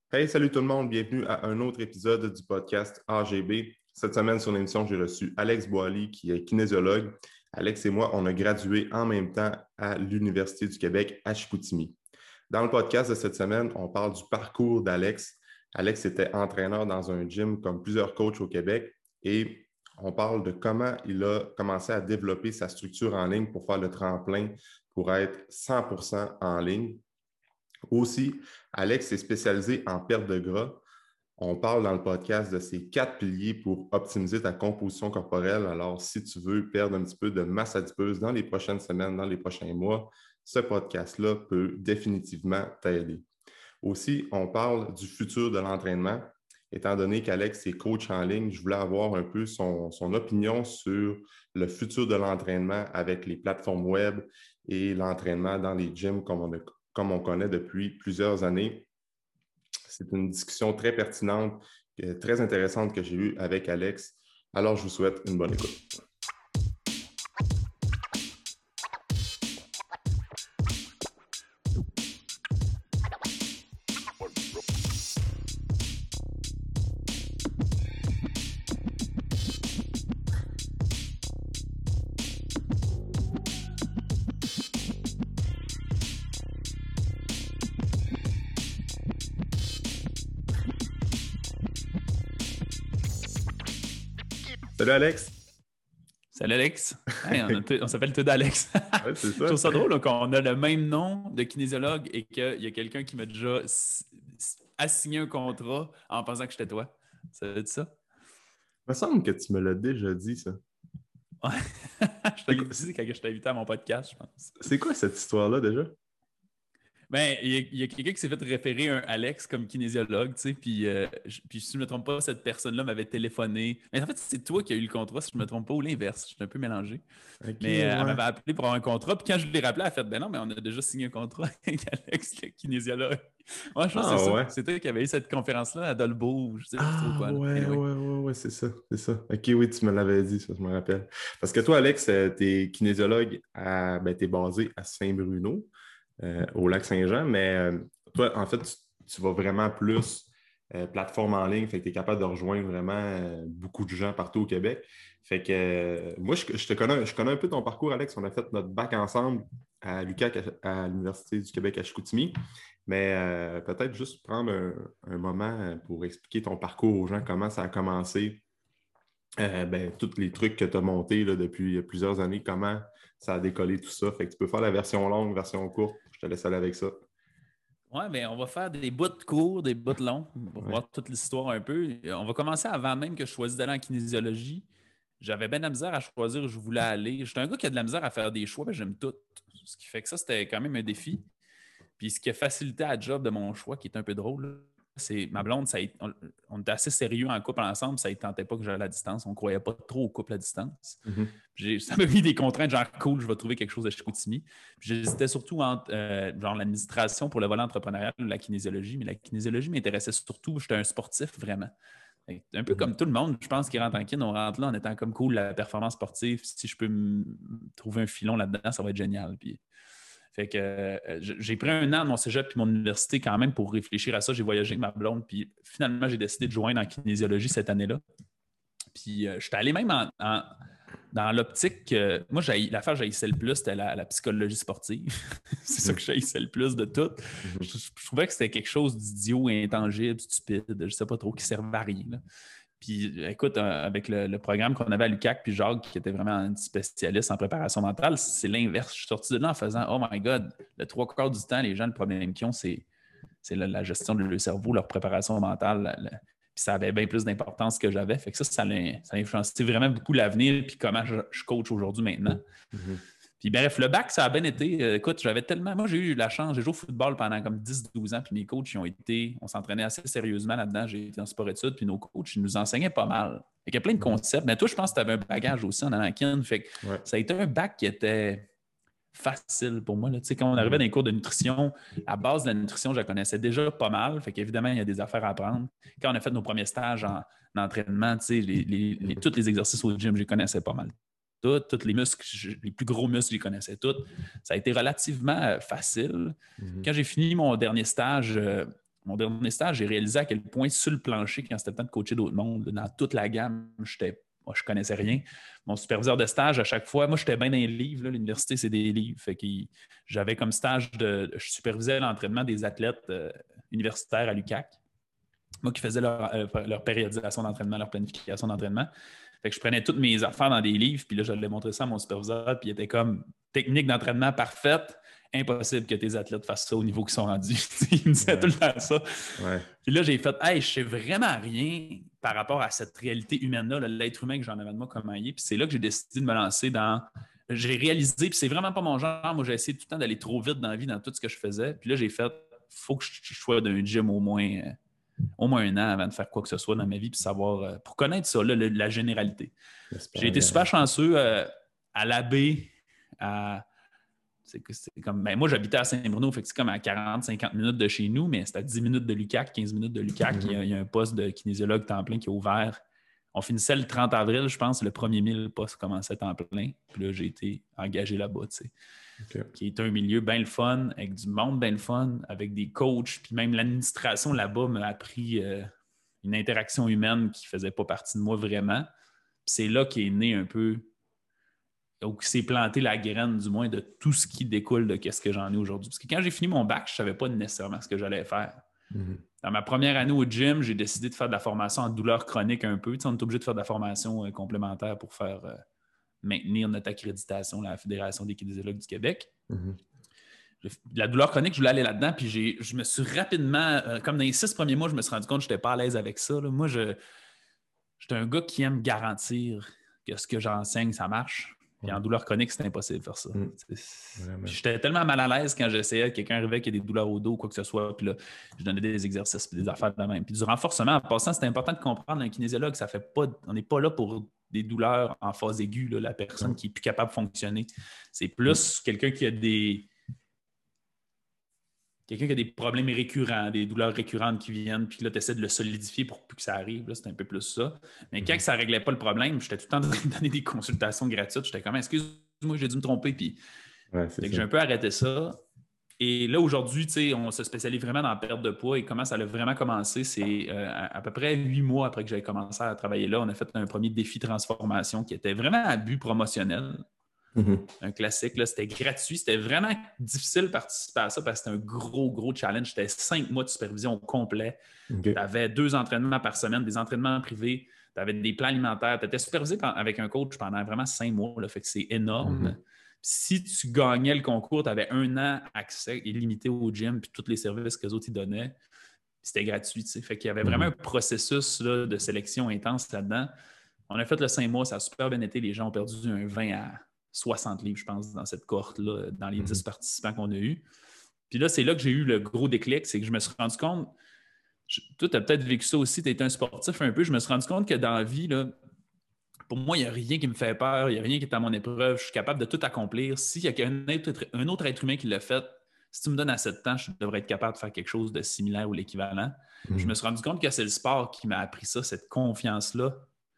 Hey, salut tout le monde, bienvenue à un autre épisode du podcast AGB. Cette semaine sur l'émission, j'ai reçu Alex Boily, qui est kinésiologue. Alex et moi, on a gradué en même temps à l'Université du Québec à Chicoutimi. Dans le podcast de cette semaine, on parle du parcours d'Alex. Alex était entraîneur dans un gym comme plusieurs coachs au Québec et on parle de comment il a commencé à développer sa structure en ligne pour faire le tremplin pour être 100% en ligne. Aussi, Alex est spécialisé en perte de gras. On parle dans le podcast de ces 4 piliers pour optimiser ta composition corporelle. Alors, si tu veux perdre un petit peu de masse adipeuse dans les prochaines semaines, dans les prochains mois, ce podcast-là peut définitivement t'aider. Aussi, on parle du futur de l'entraînement. Étant donné qu'Alex est coach en ligne, je voulais avoir un peu son opinion sur le futur de l'entraînement avec les plateformes web et l'entraînement dans les gyms comme on connaît depuis plusieurs années. C'est une discussion très pertinente, très intéressante que j'ai eue avec Alex. Alors, je vous souhaite une bonne écoute. Salut Alex! Salut Alex. Hey, on s'appelle tout d'Alex. Ouais, c'est Je ça. trouve ça drôle qu'on a le même nom de kinésiologue et qu'il y a quelqu'un qui m'a déjà assigné un contrat en pensant que j'étais toi. Ça veut dire ça? Il me semble que tu me l'as déjà dit, ça. Ouais. Je C'est t'avais quoi, dit quand je t'ai invité à mon podcast, je pense. c'est quoi cette histoire-là déjà? Ben, il y a quelqu'un qui s'est fait référer un Alex comme kinésiologue, tu sais, puis si je ne me trompe pas, cette personne-là m'avait téléphoné. Mais en fait, c'est toi qui as eu le contrat, si je ne me trompe pas, ou l'inverse. Je suis un peu mélangé. OK, Mais elle ouais. m'avait appelé pour avoir un contrat. Puis quand je l'ai rappelé, elle a fait ben non, mais on a déjà signé un contrat avec Alex, le kinésiologue. Ouais, je pense que Ah c'est ça. ouais. C'était qui avait eu cette conférence-là à Dolbeau, ou je sais plus trop Ah quoi. Là. ouais, Anyway. ouais, ouais, ouais, c'est ça, c'est ça. OK, oui, tu me l'avais dit, ça, je me rappelle. Parce que toi, Alex, tu es kinésiologue t'es basé à Saint-Bruno, au Lac-Saint-Jean, mais toi, en fait, tu vas vraiment plus plateforme en ligne, fait que tu es capable de rejoindre vraiment beaucoup de gens partout au Québec. Fait que moi, je connais un peu ton parcours, Alex. On a fait notre bac ensemble à l'UQAC, à l'Université du Québec à Chicoutimi. Mais peut-être juste prendre un moment pour expliquer ton parcours aux gens, comment ça a commencé, tous les trucs que tu as montés là, depuis plusieurs années, comment ça a décollé tout ça. Fait que tu peux faire la version longue, version courte. Je te laisse aller avec ça. Ouais, mais on va faire des bouts courts, des bouts longs, pour Ouais. voir toute l'histoire un peu. On va commencer avant même que je choisisse d'aller en kinésiologie. J'avais bien de la misère à choisir où je voulais aller. J'étais un gars qui a de la misère à faire des choix, mais j'aime tout. Ce qui fait que ça, c'était quand même un défi. Puis ce qui a facilité la job de mon choix, qui est un peu drôle, c'est ma blonde, on était assez sérieux en couple ensemble, ça ne tentait pas que j'aille à la distance. On ne croyait pas trop au couple à distance. Mhm. Ça m'a mis des contraintes, genre cool, je vais trouver quelque chose à Chicoutimi. Puis j'hésitais surtout entre genre l'administration pour le volet entrepreneurial ou la kinésiologie, mais la kinésiologie m'intéressait surtout, j'étais un sportif vraiment. Un peu Mhm. comme tout le monde, je pense, qui rentre en kin, on rentre là en étant comme cool, la performance sportive. Si je peux me trouver un filon là-dedans, ça va être génial. Puis fait que j'ai pris un an de mon cégep puis mon université quand même pour réfléchir à ça. J'ai voyagé avec ma blonde, puis finalement, j'ai décidé de joindre en kinésiologie cette année-là. Puis je suis allé même dans l'optique que moi, l'affaire que j'haïssais le plus, c'était la psychologie sportive. C'est ça que j'haïssais le plus de tout. Mhm. Je trouvais que c'était quelque chose d'idiot, intangible, stupide, je sais pas trop, qui servait à rien. Là. Puis écoute, avec le programme qu'on avait à l'UQAC, puis Jacques, qui était vraiment un spécialiste en préparation mentale, c'est l'inverse. Je suis sorti de là en faisant Oh my God, le 3 quarts du temps, les gens, le problème qu'ils ont, c'est la gestion de leur cerveau, leur préparation mentale. Puis ça avait bien plus d'importance que j'avais. Fait que ça a influencé vraiment beaucoup l'avenir puis comment je coach aujourd'hui maintenant. Mhm. Puis bref, le bac, ça a bien été. Écoute, j'avais tellement. Moi, j'ai eu la chance, j'ai joué au football pendant comme 10-12 ans, puis mes coachs, on s'entraînait assez sérieusement là-dedans. J'ai été en sport-études, puis nos coachs, ils nous enseignaient pas mal. Fait qu'il y a plein de Mhm. concepts. Mais toi, je pense que tu avais un bagage aussi en allant Fait que Ouais. ça a été un bac qui était facile pour moi. Là. Tu sais, quand on arrivait Mhm. dans les cours de nutrition, la base de la nutrition, je la connaissais déjà pas mal. Fait qu'évidemment, il y a des affaires à apprendre. Quand on a fait nos premiers stages en entraînement, tu sais, tous les exercices au gym, je les connaissais pas mal. Tous les muscles, les plus gros muscles, je les connaissais tous. Ça a été relativement facile. Mhm. Quand j'ai fini mon dernier stage, mon dernier stage, j'ai réalisé à quel point sur le plancher, quand c'était le temps de coacher d'autres mondes, dans toute la gamme, moi, je connaissais rien. Mon superviseur de stage, à chaque fois, moi, j'étais bien dans les livres. Là, l'université, c'est des livres. Fait que j'avais comme stage je supervisais l'entraînement des athlètes universitaires à l'UQAC. Moi qui faisais leur périodisation d'entraînement, leur planification d'entraînement. Fait que je prenais toutes mes affaires dans des livres, puis là, j'allais montrer ça à mon superviseur, puis il était comme technique d'entraînement parfaite, impossible que tes athlètes fassent ça au niveau qu'ils sont rendus. Il me disait tout le temps ça. Ouais. Puis là, j'ai fait, hey, je sais vraiment rien par rapport à cette réalité humaine-là, l'être humain que j'en avais de moi comment il est. Puis c'est là que j'ai décidé de me lancer dans. J'ai réalisé, puis c'est vraiment pas mon genre. Moi, j'ai essayé tout le temps d'aller trop vite dans la vie, dans tout ce que je faisais. Puis là, j'ai fait, faut que je sois d'un gym au moins 1 an avant de faire quoi que ce soit dans ma vie, puis savoir, pour connaître ça, là, la généralité. J'ai été super chanceux à la baie, c'est comme, ben moi, j'habitais à Saint-Bruno, fait que c'est comme à 40-50 minutes de chez nous, mais c'est à 10 minutes de l'UQAC, 15 minutes de l'UQAC. Il y a un poste de kinésiologue temps plein qui est ouvert. On finissait le 30 avril, je pense, le premier 1000 postes commençait temps plein. Puis là, j'ai été engagé là-bas, tu sais. Okay. Qui est un milieu bien le fun, avec du monde bien le fun, avec des coachs, puis même l'administration là-bas m'a appris une interaction humaine qui ne faisait pas partie de moi vraiment. Puis c'est là qu'est né un peu, ou qui s'est planté la graine, du moins, de tout ce qui découle de ce que j'en ai aujourd'hui. Parce que quand j'ai fini mon bac, je ne savais pas nécessairement ce que j'allais faire. Mm-hmm. Dans ma première année au gym, j'ai décidé de faire de la formation en douleur chronique un peu. Tu sais, on est obligé de faire de la formation complémentaire pour faire maintenir notre accréditation à la Fédération des kinésiologues du Québec. Mm-hmm. La douleur chronique, je voulais aller là-dedans, puis je me suis rapidement, comme dans les 6 premiers mois, je me suis rendu compte que je n'étais pas à l'aise avec ça. Là. Moi, j'étais un gars qui aime garantir que ce que j'enseigne, ça marche. Puis en douleur chronique, c'est impossible de faire ça. J'étais tellement mal à l'aise quand j'essayais, quelqu'un arrivait qui a des douleurs au dos ou quoi que ce soit, puis là, je donnais des exercices puis des affaires de même. Puis du renforcement, en passant, c'est important de comprendre un kinésiologue, ça fait pas, on n'est pas là pour des douleurs en phase aiguë, là, la personne qui n'est plus capable de fonctionner. C'est plus quelqu'un qui a des problèmes récurrents, des douleurs récurrentes qui viennent, puis là, tu essaies de le solidifier pour plus que ça arrive. Là, c'est un peu plus ça. Mais quand ça ne réglait pas le problème, j'étais tout le temps en train de donner des consultations gratuites. J'étais comme, excuse-moi, j'ai dû me tromper. Puis j'ai un peu arrêté ça. Et là, aujourd'hui, on se spécialise vraiment dans la perte de poids. Et comment ça a vraiment commencé, c'est à peu près 8 mois après que j'avais commencé à travailler là, on a fait un premier défi transformation qui était vraiment à but promotionnel. Mm-hmm. Un classique, là, c'était gratuit. C'était vraiment difficile de participer à ça parce que c'était un gros challenge. C'était 5 mois de supervision complet. Okay. Tu avais 2 entraînements par semaine, des entraînements privés, tu avais des plans alimentaires. Tu étais supervisé avec un coach pendant vraiment 5 mois. Là, fait que c'est énorme. Mm-hmm. Si tu gagnais le concours, tu avais 1 an accès illimité au gym puis tous les services que les autres y donnaient. C'était gratuit. T'sais. Fait qu'il y avait vraiment un processus là, de sélection intense là-dedans. On a fait le 5 mois, ça a super bien été. Les gens ont perdu un 20 à 60 livres, je pense, dans cette cohorte-là, dans les 10 participants qu'on a eus. Puis là, c'est là que j'ai eu le gros déclic, c'est que je me suis rendu compte, toi, tu as peut-être vécu ça aussi, tu es un sportif un peu, je me suis rendu compte que dans la vie, là, pour moi, il n'y a rien qui me fait peur, il n'y a rien qui est à mon épreuve, je suis capable de tout accomplir. S'il y a un autre être humain qui l'a fait, si tu me donnes assez de temps, je devrais être capable de faire quelque chose de similaire ou l'équivalent. Je me suis rendu compte que c'est le sport qui m'a appris ça, cette confiance-là,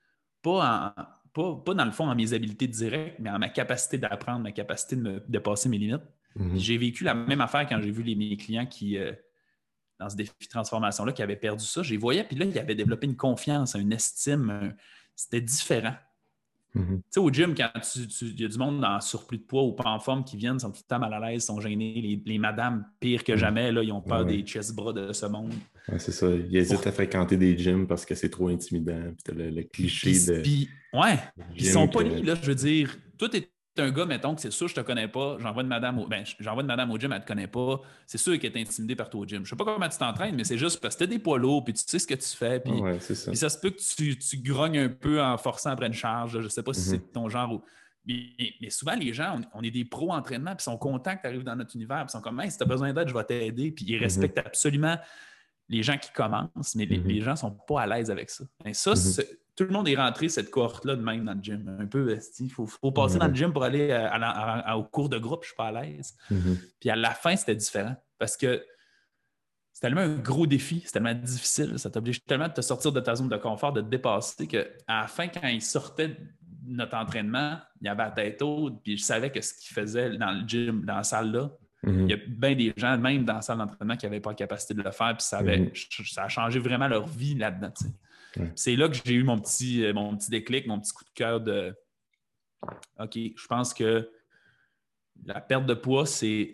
pas dans le fond en mes habiletés directes, mais en ma capacité d'apprendre, ma capacité de me dépasser mes limites. Mm-hmm. J'ai vécu la même affaire quand j'ai vu mes clients qui, dans ce défi de transformation-là, qui avaient perdu ça. Je les voyais, puis là, ils avaient développé une confiance, une estime. C'était différent. Mm-hmm. Tu sais, au gym, quand il y a du monde en surplus de poids ou pas en forme qui viennent, sont tout le temps mal à l'aise, sont gênés. Les madames, pire que jamais, là, ils ont peur des chest-bras de ce monde. Ouais, c'est ça. Ils hésitent à fréquenter des gyms parce que c'est trop intimidant. Puis t'as le cliché de. Puis ils sont polis, là, je veux dire. Toi, t'es un gars, mettons, que c'est sûr, je te connais pas. J'envoie une madame au gym, elle te connaît pas. C'est sûr qu'elle est intimidée par toi au gym. Je sais pas comment tu t'entraînes, mais c'est juste parce que t'as des poids lourds, puis tu sais ce que tu fais. Puis, c'est ça. Puis ça se peut que tu grognes un peu en forçant après une charge. Je sais pas si c'est ton genre. Mais souvent, les gens, on est des pros entraînement, puis ils sont contents que tu arrives dans notre univers, puis ils sont comme, hey, si tu as besoin d'aide, je vais t'aider. Puis ils respectent absolument les gens qui commencent, mais les gens ne sont pas à l'aise avec ça. Et ça, tout le monde est rentré cette cohorte-là de même dans le gym. Un peu, il faut passer dans le gym pour aller au cours de groupe, je ne suis pas à l'aise. Puis à la fin, c'était différent parce que c'est tellement un gros défi, c'est tellement difficile, ça t'oblige tellement de te sortir de ta zone de confort, de te dépasser, qu'à la fin, quand ils sortaient de notre entraînement, il y avait la tête haute, puis je savais que ce qu'ils faisaient dans le gym, dans la salle-là, Il y a bien des gens, même dans la salle d'entraînement, qui n'avaient pas la capacité de le faire, puis ça a changé vraiment leur vie là-dedans. C'est là que j'ai eu mon petit déclic, mon petit coup de cœur de OK, je pense que la perte de poids, c'est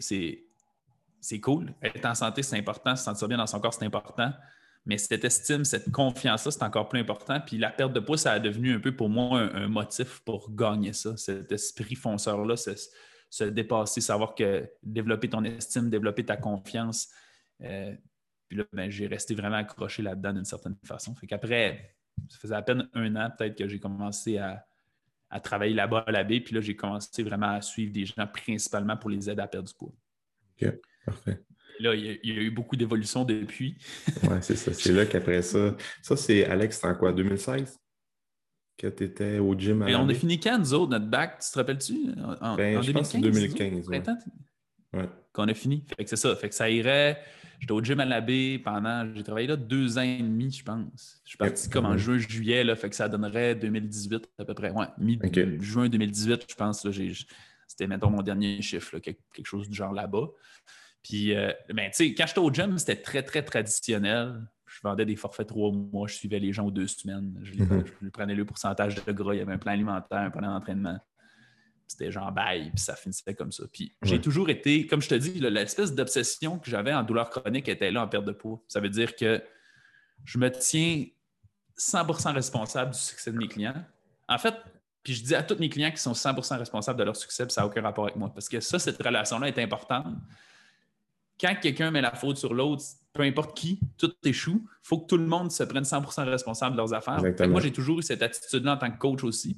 cool. Être en santé, c'est important. Se sentir bien dans son corps, c'est important. Mais cette estime, cette confiance-là, c'est encore plus important. Puis la perte de poids, ça a devenu un peu pour moi un motif pour gagner ça. Cet esprit fonceur-là, se dépasser, savoir que développer ton estime, développer ta confiance. Puis là, j'ai resté vraiment accroché là-dedans d'une certaine façon. Fait qu'après, ça faisait à peine 1 an peut-être que j'ai commencé à travailler là-bas à la baie. Puis là, j'ai commencé vraiment à suivre des gens principalement pour les aider à perdre du poids. OK, parfait. Là, il y a eu beaucoup d'évolutions depuis. Oui, c'est ça. C'est là qu'après ça. Ça, c'est Alex, c'était en quoi, 2016? Que tu étais au gym à la On a baie? fini quand, nous autres, notre bac, tu te rappelles-tu? En Je pense que c'est 2015. Ouais. Ouais. Qu'on a fini. Fait que c'est ça. Fait que ça irait. J'étais au gym à la baie pendant. J'ai travaillé là 2 ans et demi, je pense. Je suis parti comme en juin, juillet, là, fait que ça donnerait 2018 à peu près. Ouais, mi-juin 2018, je pense. Là, c'était, mettons, mon dernier chiffre, là, quelque chose du genre là-bas. Puis, tu sais, quand j'étais au gym, c'était très, très traditionnel. Je vendais des forfaits 3 mois, je suivais les gens aux 2 semaines. Je prenais le pourcentage de gras, il y avait un plan alimentaire, un plan d'entraînement. C'était genre bail, puis ça finissait comme ça. Puis j'ai toujours été, comme je te dis, l'espèce d'obsession que j'avais en douleur chronique était là en perte de poids. Ça veut dire que je me tiens 100% responsable du succès de mes clients. En fait, puis je dis à tous mes clients qui sont 100% responsables de leur succès, puis ça n'a aucun rapport avec moi. Parce que ça, cette relation-là est importante. Quand quelqu'un met la faute sur l'autre, peu importe qui, tout échoue. Il faut que tout le monde se prenne 100% responsable de leurs affaires. Moi, j'ai toujours eu cette attitude-là en tant que coach aussi.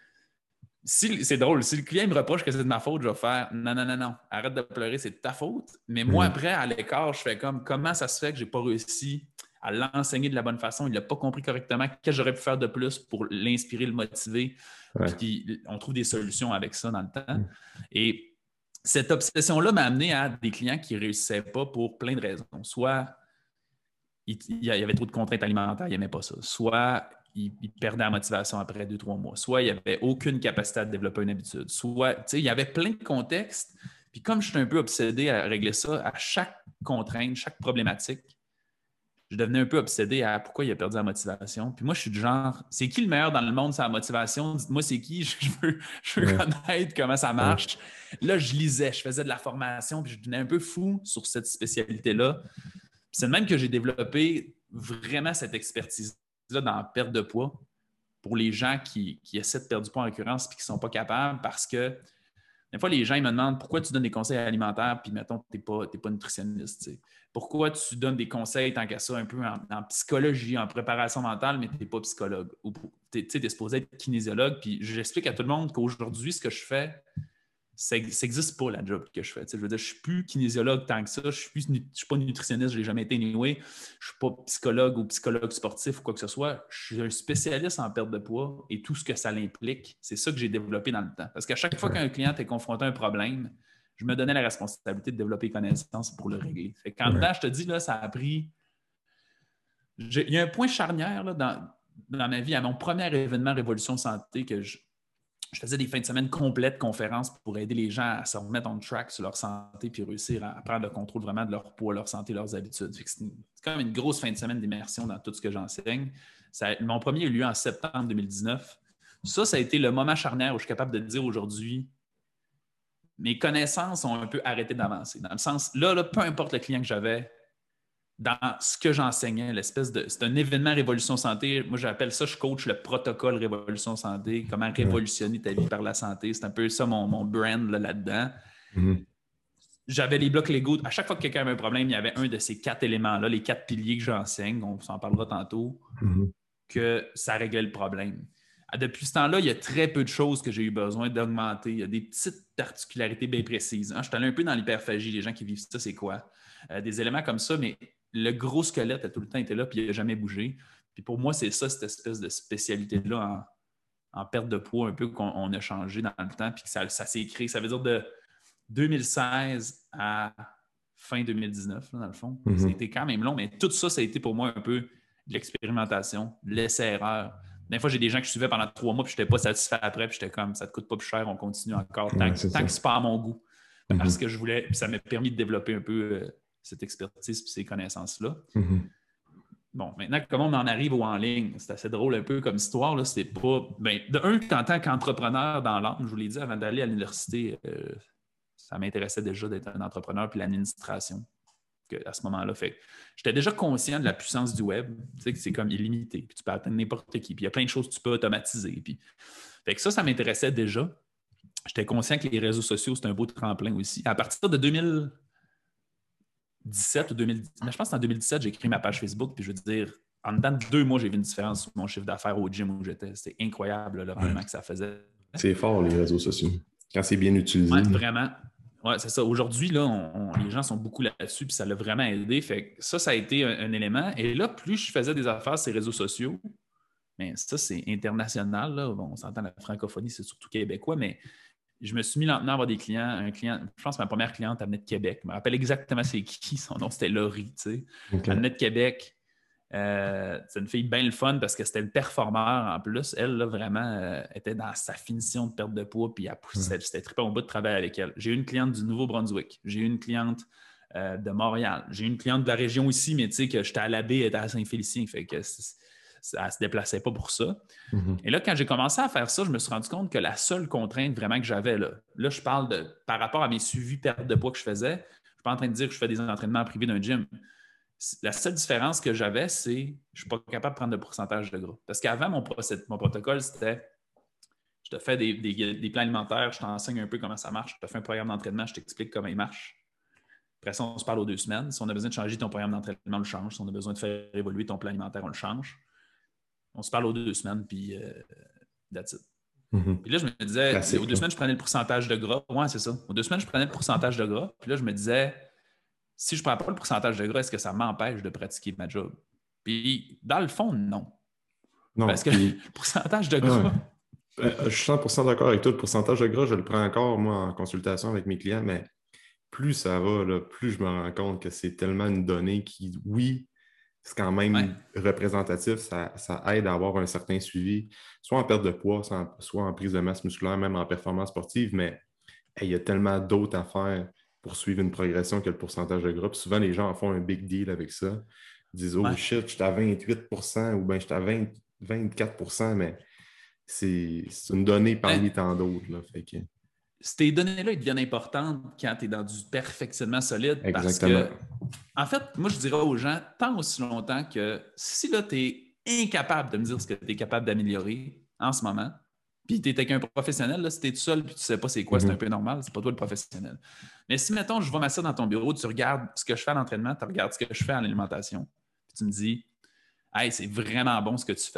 C'est drôle, si le client me reproche que c'est de ma faute, je vais faire non, arrête de pleurer, c'est de ta faute. Mais moi, après, à l'écart, je fais comme comment ça se fait que je n'ai pas réussi à l'enseigner de la bonne façon, il n'a pas compris correctement, qu'est-ce que j'aurais pu faire de plus pour l'inspirer, le motiver. Puis on trouve des solutions avec ça dans le temps. Et cette obsession-là m'a amené à des clients qui ne réussissaient pas pour plein de raisons. Soit il y avait trop de contraintes alimentaires, il n'aimait pas ça. Soit il perdait la motivation après 2-3 mois. Soit il n'y avait aucune capacité à développer une habitude. Soit, tu sais, il y avait plein de contextes. Puis comme je suis un peu obsédé à régler ça, à chaque contrainte, chaque problématique, je devenais un peu obsédé à pourquoi il a perdu la motivation. Puis moi, je suis du genre, c'est qui le meilleur dans le monde sur la motivation? Dites-moi c'est qui, je veux connaître comment ça marche. Là, je lisais, je faisais de la formation, puis je devenais un peu fou sur cette spécialité-là. Puis c'est de même que j'ai développé vraiment cette expertise-là dans la perte de poids pour les gens qui essaient de perdre du poids en récurrence et qui ne sont pas capables parce que des fois, les gens ils me demandent pourquoi tu donnes des conseils alimentaires puis, mettons, tu n'es pas nutritionniste. T'sais. Pourquoi tu donnes des conseils tant qu'à ça un peu en psychologie, en préparation mentale, mais tu n'es pas psychologue. Tu es supposé être kinésiologue. Puis j'explique à tout le monde qu'aujourd'hui, ce que je fais, ça n'existe pas, la job que je fais. Je veux dire, je ne suis plus kinésiologue tant que ça. Je ne suis pas nutritionniste, je ne l'ai jamais été anyway. Je ne suis pas psychologue ou psychologue sportif ou quoi que ce soit. Je suis un spécialiste en perte de poids et tout ce que ça l'implique. C'est ça que j'ai développé dans le temps. Parce qu'à chaque fois qu'un client est confronté à un problème, je me donnais la responsabilité de développer les connaissances pour le régler. Fait qu'en dedans, je te dis, là, ça a pris... Il y a un point charnière là, dans ma vie, à mon premier événement Révolution Santé que je faisais des fins de semaine complètes conférences pour aider les gens à se remettre on track sur leur santé puis réussir à prendre le contrôle vraiment de leur poids, leur santé, leurs habitudes. C'est comme une grosse fin de semaine d'immersion dans tout ce que j'enseigne. Mon premier a eu lieu en septembre 2019. Ça a été le moment charnière où je suis capable de dire aujourd'hui mes connaissances ont un peu arrêté d'avancer. Dans le sens, là, peu importe le client que j'avais, dans ce que j'enseignais, c'est un événement Révolution Santé. Moi, j'appelle ça, je coach le protocole Révolution Santé, comment révolutionner ta vie par la santé. C'est un peu ça mon brand là-dedans. J'avais les blocs Lego. À chaque fois que quelqu'un avait un problème, il y avait un de ces 4 éléments-là, les 4 piliers que j'enseigne, on s'en parlera tantôt, que ça réglait le problème. Depuis ce temps-là, il y a très peu de choses que j'ai eu besoin d'augmenter. Il y a des petites particularités bien précises. Je suis allé un peu dans l'hyperphagie. Les gens qui vivent ça, c'est quoi? Des éléments comme ça, mais le gros squelette a tout le temps été là puis il n'a jamais bougé. Puis pour moi, c'est ça, cette espèce de spécialité-là en perte de poids, un peu qu'on a changé dans le temps puis que ça s'est créé. Ça veut dire de 2016 à fin 2019, là, dans le fond. Ça a été quand même long, mais tout ça, ça a été pour moi un peu de l'expérimentation, de l'essai-erreur. Des fois, j'ai des gens que je suivais pendant 3 mois puis je n'étais pas satisfait après puis j'étais comme, ça ne te coûte pas plus cher, on continue encore tant que c'est pas à mon goût. parce que je voulais, ça m'a permis de développer un peu cette expertise et ces connaissances-là. Bon, maintenant, comment on en arrive au en ligne? C'est assez drôle un peu comme histoire. Là. C'est pas. Ben, de un, en tant qu'entrepreneur dans l'âme, je vous l'ai dit avant d'aller à l'université, ça m'intéressait déjà d'être un entrepreneur puis l'administration à ce moment-là. Fait j'étais déjà conscient de la puissance du web. Tu sais que c'est comme illimité. Puis tu peux atteindre n'importe qui. Puis il y a plein de choses que tu peux automatiser. Puis... Fait que ça m'intéressait déjà. J'étais conscient que les réseaux sociaux, c'est un beau tremplin aussi. À partir de 2017 ou 2010, mais je pense que c'est en 2017, j'ai créé ma page Facebook, puis je veux dire, en dedans de 2 mois, j'ai vu une différence sur mon chiffre d'affaires au gym où j'étais. C'était incroyable le rendement que ça faisait. C'est fort, les réseaux sociaux, quand c'est bien utilisé. Ouais, vraiment. Oui, c'est ça. Aujourd'hui, là, les gens sont beaucoup là-dessus, puis ça l'a vraiment aidé. Fait que ça a été un élément. Et là, plus je faisais des affaires sur les réseaux sociaux, mais ça, c'est international. Là. Bon, on s'entend, la francophonie, c'est surtout québécois, mais je me suis mis lentement à avoir des clients. Un client, je pense que ma première cliente, elle venait de Québec. Je me rappelle exactement c'est qui. Son nom, c'était Laurie. Tu sais. Okay. Elle venait de Québec. C'est une fille bien le fun parce que c'était une performeur en plus. Elle, là, vraiment, était dans sa finition de perte de poids. Puis c'était trippant au bout de travailler avec elle. J'ai eu une cliente du Nouveau-Brunswick. J'ai eu une cliente de Montréal. J'ai eu une cliente de la région ici, mais tu sais que j'étais à la baie, elle était à Saint-Félicien. Fait que elle ne se déplaçait pas pour ça. Et là, quand j'ai commencé à faire ça, je me suis rendu compte que la seule contrainte vraiment que j'avais, là je parle par rapport à mes suivis perte de poids que je faisais, je ne suis pas en train de dire que je fais des entraînements privés d'un gym. La seule différence que j'avais, c'est que je ne suis pas capable de prendre de pourcentage de gras. Parce qu'avant, mon protocole, c'était je te fais des plans alimentaires, je t'enseigne un peu comment ça marche, je te fais un programme d'entraînement, je t'explique comment il marche. Après ça, on se parle aux 2 semaines. Si on a besoin de changer ton programme d'entraînement, on le change. Si on a besoin de faire évoluer ton plan alimentaire, on le change. On se parle aux 2 semaines, puis that's it. Puis là, je me disais, aux 2 semaines, je prenais le pourcentage de gras. Ouais, c'est ça. Aux 2 semaines, je prenais le pourcentage de gras. Puis là, je me disais, si je ne prends pas le pourcentage de gras, est-ce que ça m'empêche de pratiquer ma job? Puis, dans le fond, non. Parce que le pourcentage de gras... je suis 100% d'accord avec toi. Le pourcentage de gras, je le prends encore, moi, en consultation avec mes clients, mais plus ça va, là, plus je me rends compte que c'est tellement une donnée qui, oui, c'est quand même représentatif, ça aide à avoir un certain suivi, soit en perte de poids, soit en prise de masse musculaire, même en performance sportive, mais il y a tellement d'autres affaires pour suivre une progression que le pourcentage de gras. Puis souvent, les gens en font un big deal avec ça. Ils disent « Oh shit, je suis à 28 % ou bien je suis à 24 % », mais c'est une donnée parmi tant d'autres. Là, fait que... Ces données-là, ils deviennent importantes quand tu es dans du perfectionnement solide. Exactement. Parce que, en fait, moi, je dirais aux gens, tant aussi longtemps que si là, tu es incapable de me dire ce que tu es capable d'améliorer en ce moment, puis tu es avec un professionnel, là, si tu es tout seul puis tu ne sais pas c'est quoi, c'est un peu normal, c'est pas toi le professionnel. Mais si, mettons, je vais m'asseoir dans ton bureau, tu regardes ce que je fais à l'entraînement, tu regardes ce que je fais à l'alimentation, puis tu me dis « Hey, c'est vraiment bon ce que tu fais »,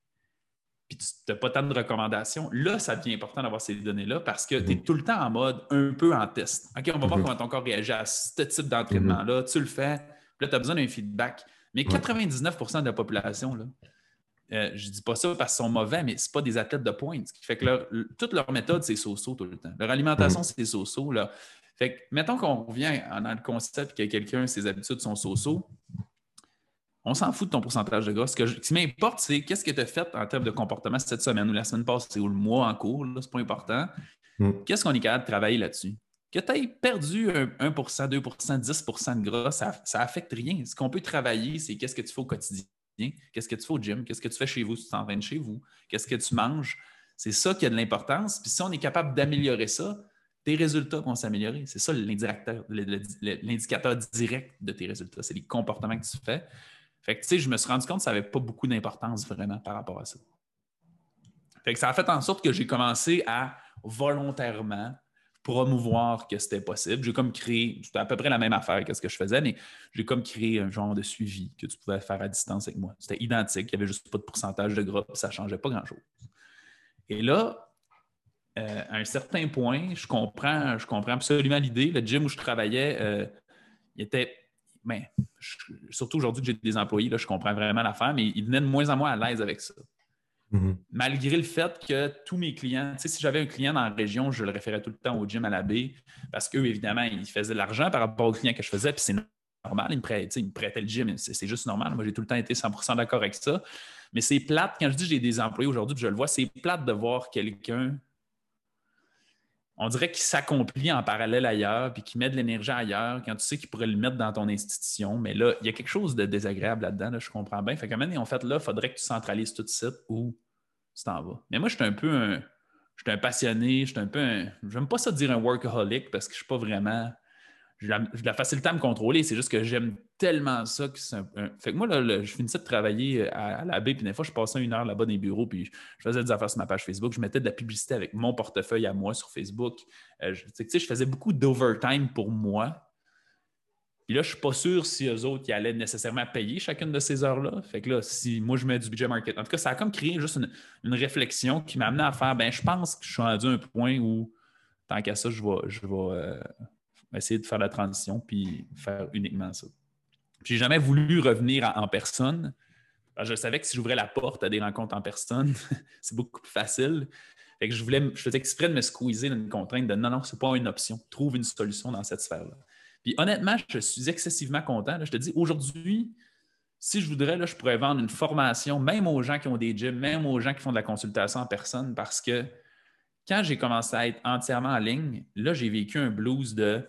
puis tu n'as pas tant de recommandations, là, ça devient important d'avoir ces données-là parce que tu es tout le temps en mode un peu en test. OK, on va voir comment ton corps réagit à ce type d'entraînement-là. Tu le fais, puis là, tu as besoin d'un feedback. Mais 99 % de la population, là, je ne dis pas ça parce qu'ils sont mauvais, mais ce pas des athlètes de pointe. Ce qui fait que toute leur méthode, c'est so-so tout le temps. Leur alimentation, c'est so-so. Là. Fait que, mettons qu'on revient dans le concept que quelqu'un, ses habitudes sont so-so. On s'en fout de ton pourcentage de gras. Ce qui m'importe, c'est qu'est-ce que tu as fait en termes de comportement cette semaine ou la semaine passée ou le mois en cours. C'est pas important. Qu'est-ce qu'on est capable de travailler là-dessus? Que tu aies perdu 1 %, 2 %, 10 % de gras, ça n'affecte rien. Ce qu'on peut travailler, c'est qu'est-ce que tu fais au quotidien, qu'est-ce que tu fais au gym, qu'est-ce que tu fais chez vous si tu t'entraînes chez vous, qu'est-ce que tu manges. C'est ça qui a de l'importance. Puis si on est capable d'améliorer ça, tes résultats vont s'améliorer. C'est ça l'indicateur direct de tes résultats. C'est les comportements que tu fais. Fait que, tu sais, je me suis rendu compte que ça n'avait pas beaucoup d'importance vraiment par rapport à ça. Fait que ça a fait en sorte que j'ai commencé à volontairement promouvoir que c'était possible. J'ai comme créé, c'était à peu près la même affaire que ce que je faisais, mais j'ai comme créé un genre de suivi que tu pouvais faire à distance avec moi. C'était identique, il n'y avait juste pas de pourcentage de gras, ça ne changeait pas grand-chose. Et là, à un certain point, je comprends absolument l'idée. Le gym où je travaillais, il était... Mais surtout aujourd'hui que j'ai des employés, là, je comprends vraiment l'affaire, mais ils venaient de moins en moins à l'aise avec ça. Malgré le fait que tous mes clients, tu sais, si j'avais un client dans la région, je le référais tout le temps au gym à la baie parce qu'eux, évidemment, ils faisaient de l'argent par rapport aux clients que je faisais, puis c'est normal, ils me prêtaient le gym, c'est juste normal. Moi, j'ai tout le temps été 100% d'accord avec ça. Mais c'est plate, quand je dis que j'ai des employés aujourd'hui, puis je le vois, c'est plate de voir quelqu'un... on dirait qu'il s'accomplit en parallèle ailleurs, puis qu'il met de l'énergie ailleurs, quand tu sais qu'il pourrait le mettre dans ton institution. Mais là, il y a quelque chose de désagréable là-dedans, là, je comprends bien. Fait qu'à un moment donné, en fait, là, il faudrait que tu centralises tout de suite ou tu t'en vas. Mais moi, je suis un passionné, j'aime pas ça dire un workaholic parce que je suis pas vraiment. J'ai de la facilité à me contrôler, c'est juste que j'aime tellement ça que c'est Fait que moi, là, je finissais de travailler à la baie, puis des fois, je passais 1 heure là-bas dans les bureaux, puis je faisais des affaires sur ma page Facebook, je mettais de la publicité avec mon portefeuille à moi sur Facebook. Tu sais, je faisais beaucoup d'overtime pour moi. Puis là, je ne suis pas sûr si eux autres ils allaient nécessairement payer chacune de ces heures-là. Fait que là, si moi je mets du budget market. En tout cas, ça a comme créé juste une réflexion qui m'a amené à faire je pense que je suis rendu à un point où, tant qu'à ça, je vais essayer de faire la transition puis faire uniquement ça. J'ai jamais voulu revenir en personne. Alors, je savais que si j'ouvrais la porte à des rencontres en personne, c'est beaucoup plus facile. Fait que je faisais exprès de me squeezer dans une contrainte de non, c'est pas une option. Trouve une solution dans cette sphère-là. Puis honnêtement, je suis excessivement content. Là, je te dis, aujourd'hui, si je voudrais, là, je pourrais vendre une formation, même aux gens qui ont des gyms, même aux gens qui font de la consultation en personne, parce que quand j'ai commencé à être entièrement en ligne, là, j'ai vécu un blues de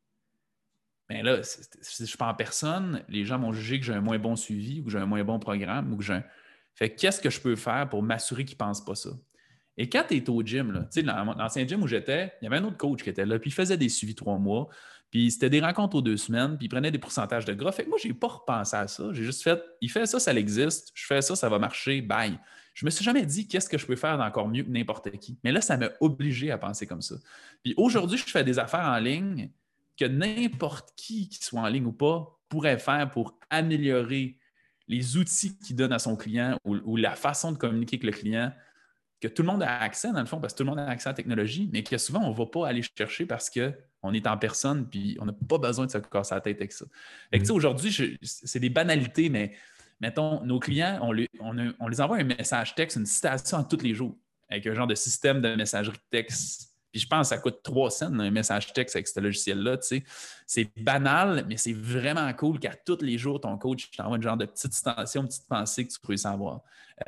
bien là, si je ne suis pas en personne, les gens m'ont jugé que j'ai un moins bon suivi ou que j'ai un moins bon programme ou que j'ai un. Fait qu'est-ce que je peux faire pour m'assurer qu'ils ne pensent pas ça? Et quand tu es au gym, là, dans l'ancien gym où j'étais, il y avait un autre coach qui était là, puis il faisait des suivis 3 mois, puis c'était des rencontres aux 2 semaines, puis il prenait des pourcentages de gras. Fait que moi, je n'ai pas repensé à ça. J'ai juste fait, il fait ça, ça existe, je fais ça, ça va marcher, bye. Je me suis jamais dit qu'est-ce que je peux faire d'encore mieux que n'importe qui. Mais là, ça m'a obligé à penser comme ça. Puis aujourd'hui, je fais des affaires en ligne que n'importe qui soit en ligne ou pas, pourrait faire pour améliorer les outils qu'il donne à son client ou la façon de communiquer avec le client, que tout le monde a accès, dans le fond, parce que tout le monde a accès à la technologie, mais que souvent, on ne va pas aller chercher parce qu'on est en personne puis on n'a pas besoin de se casser la tête avec ça. Fait que, aujourd'hui, c'est des banalités, mais mettons, nos clients, on les envoie un message texte, une citation tous les jours, avec un genre de système de messagerie texte. Puis je pense que ça coûte 3 cents un message texte avec ce logiciel-là. Tu sais. C'est banal, mais c'est vraiment cool car tous les jours, ton coach t'envoie une genre de petite citation, une petite pensée que tu peux savoir.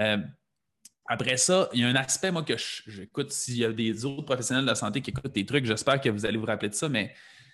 Après ça, il y a un aspect, moi, que j'écoute, s'il y a des autres professionnels de la santé qui écoutent tes trucs, j'espère que vous allez vous rappeler de ça, mais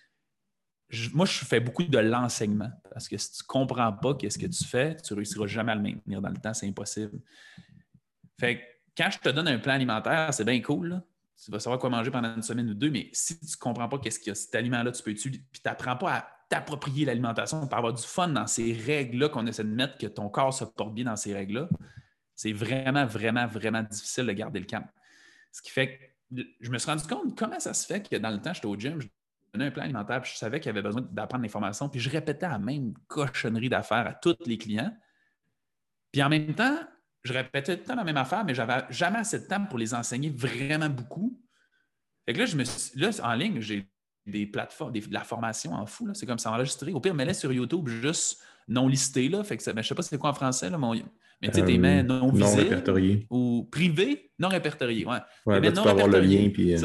moi, je fais beaucoup de l'enseignement parce que si tu ne comprends pas ce que tu fais, tu ne réussiras jamais à le maintenir dans le temps, c'est impossible. Fait que quand je te donne un plan alimentaire, c'est bien cool, là. Tu vas savoir quoi manger pendant 1 semaine ou 2, mais si tu ne comprends pas qu'est-ce qu'il y a cet aliment-là, tu peux utiliser, puis tu n'apprends pas à t'approprier l'alimentation pour avoir du fun dans ces règles-là qu'on essaie de mettre, que ton corps se porte bien dans ces règles-là, c'est vraiment, vraiment, vraiment difficile de garder le cap. Ce qui fait que je me suis rendu compte comment ça se fait que dans le temps, j'étais au gym, je donnais un plan alimentaire, puis je savais qu'il y avait besoin d'apprendre l'information, puis je répétais la même cochonnerie d'affaires à tous les clients. Puis en même temps, je répétais tout le temps la même affaire, mais je n'avais jamais assez de temps pour les enseigner vraiment beaucoup. Fait que là, en ligne, j'ai des plateformes, de la formation en fou. C'est comme ça enregistré. Au pire, mets-les sur YouTube juste non listé. Là. Fait que je ne sais pas c'est quoi en français, là, mais tu sais, tes mains non visibles. Non répertoriés. Ou privés, non répertoriés. Ouais. Ouais, là, tu peux avoir le lien. Puis,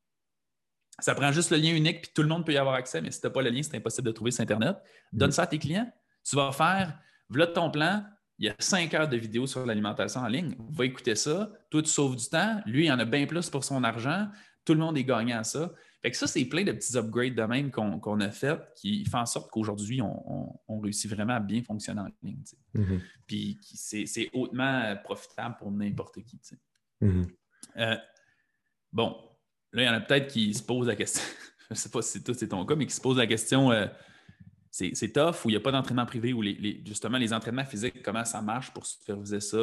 ça prend juste le lien unique, puis tout le monde peut y avoir accès, mais si tu n'as pas le lien, c'est impossible de trouver sur Internet. Donne ça à tes clients. Tu vas faire, voilà ton plan, il y a 5 heures de vidéos sur l'alimentation en ligne. Va écouter ça. Toi, tu sauves du temps. Lui, il en a bien plus pour son argent. Tout le monde est gagnant à ça. Fait que ça, c'est plein de petits upgrades de même qu'on a fait qui font en sorte qu'aujourd'hui, on réussit vraiment à bien fonctionner en ligne. Puis c'est hautement profitable pour n'importe qui. Bon, là, il y en a peut-être qui se posent la question, je ne sais pas si c'est ton cas, mais qui se posent la question, c'est tough ou il n'y a pas d'entraînement privé ou justement les entraînements physiques, comment ça marche pour superviser ça?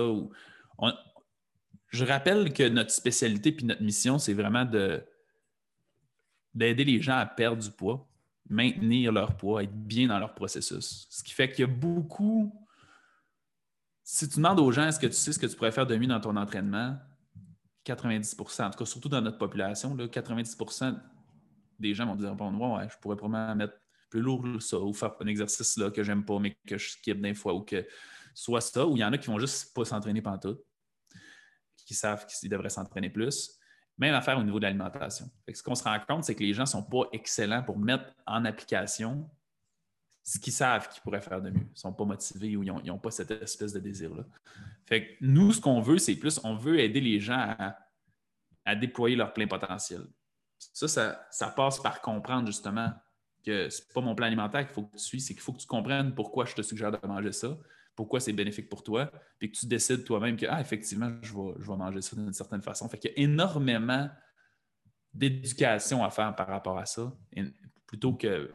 Je rappelle que notre spécialité puis notre mission, c'est vraiment d'aider les gens à perdre du poids, maintenir leur poids, être bien dans leur processus. Ce qui fait qu'il y a beaucoup... Si tu demandes aux gens, est-ce que tu sais ce que tu pourrais faire de mieux dans ton entraînement? 90%, en tout cas, surtout dans notre population, là, 90% des gens vont dire bon, ouais, je pourrais probablement mettre plus lourd ça ou faire un exercice là, que j'aime pas, mais que je skip des fois ou que soit ça, ou il y en a qui vont juste pas s'entraîner pantoute, qui savent qu'ils devraient s'entraîner plus. Même affaire au niveau de l'alimentation. Ce qu'on se rend compte, c'est que les gens ne sont pas excellents pour mettre en application ce qu'ils savent qu'ils pourraient faire de mieux. Ils ne sont pas motivés ou ils n'ont pas cette espèce de désir-là. Fait que nous, ce qu'on veut, c'est plus, on veut aider les gens à déployer leur plein potentiel. Ça passe par comprendre justement que c'est pas mon plan alimentaire qu'il faut que tu suis, c'est qu'il faut que tu comprennes pourquoi je te suggère de manger ça, pourquoi c'est bénéfique pour toi, puis que tu décides toi-même que, effectivement, je vais manger ça d'une certaine façon. Fait qu'il y a énormément d'éducation à faire par rapport à ça, plutôt que,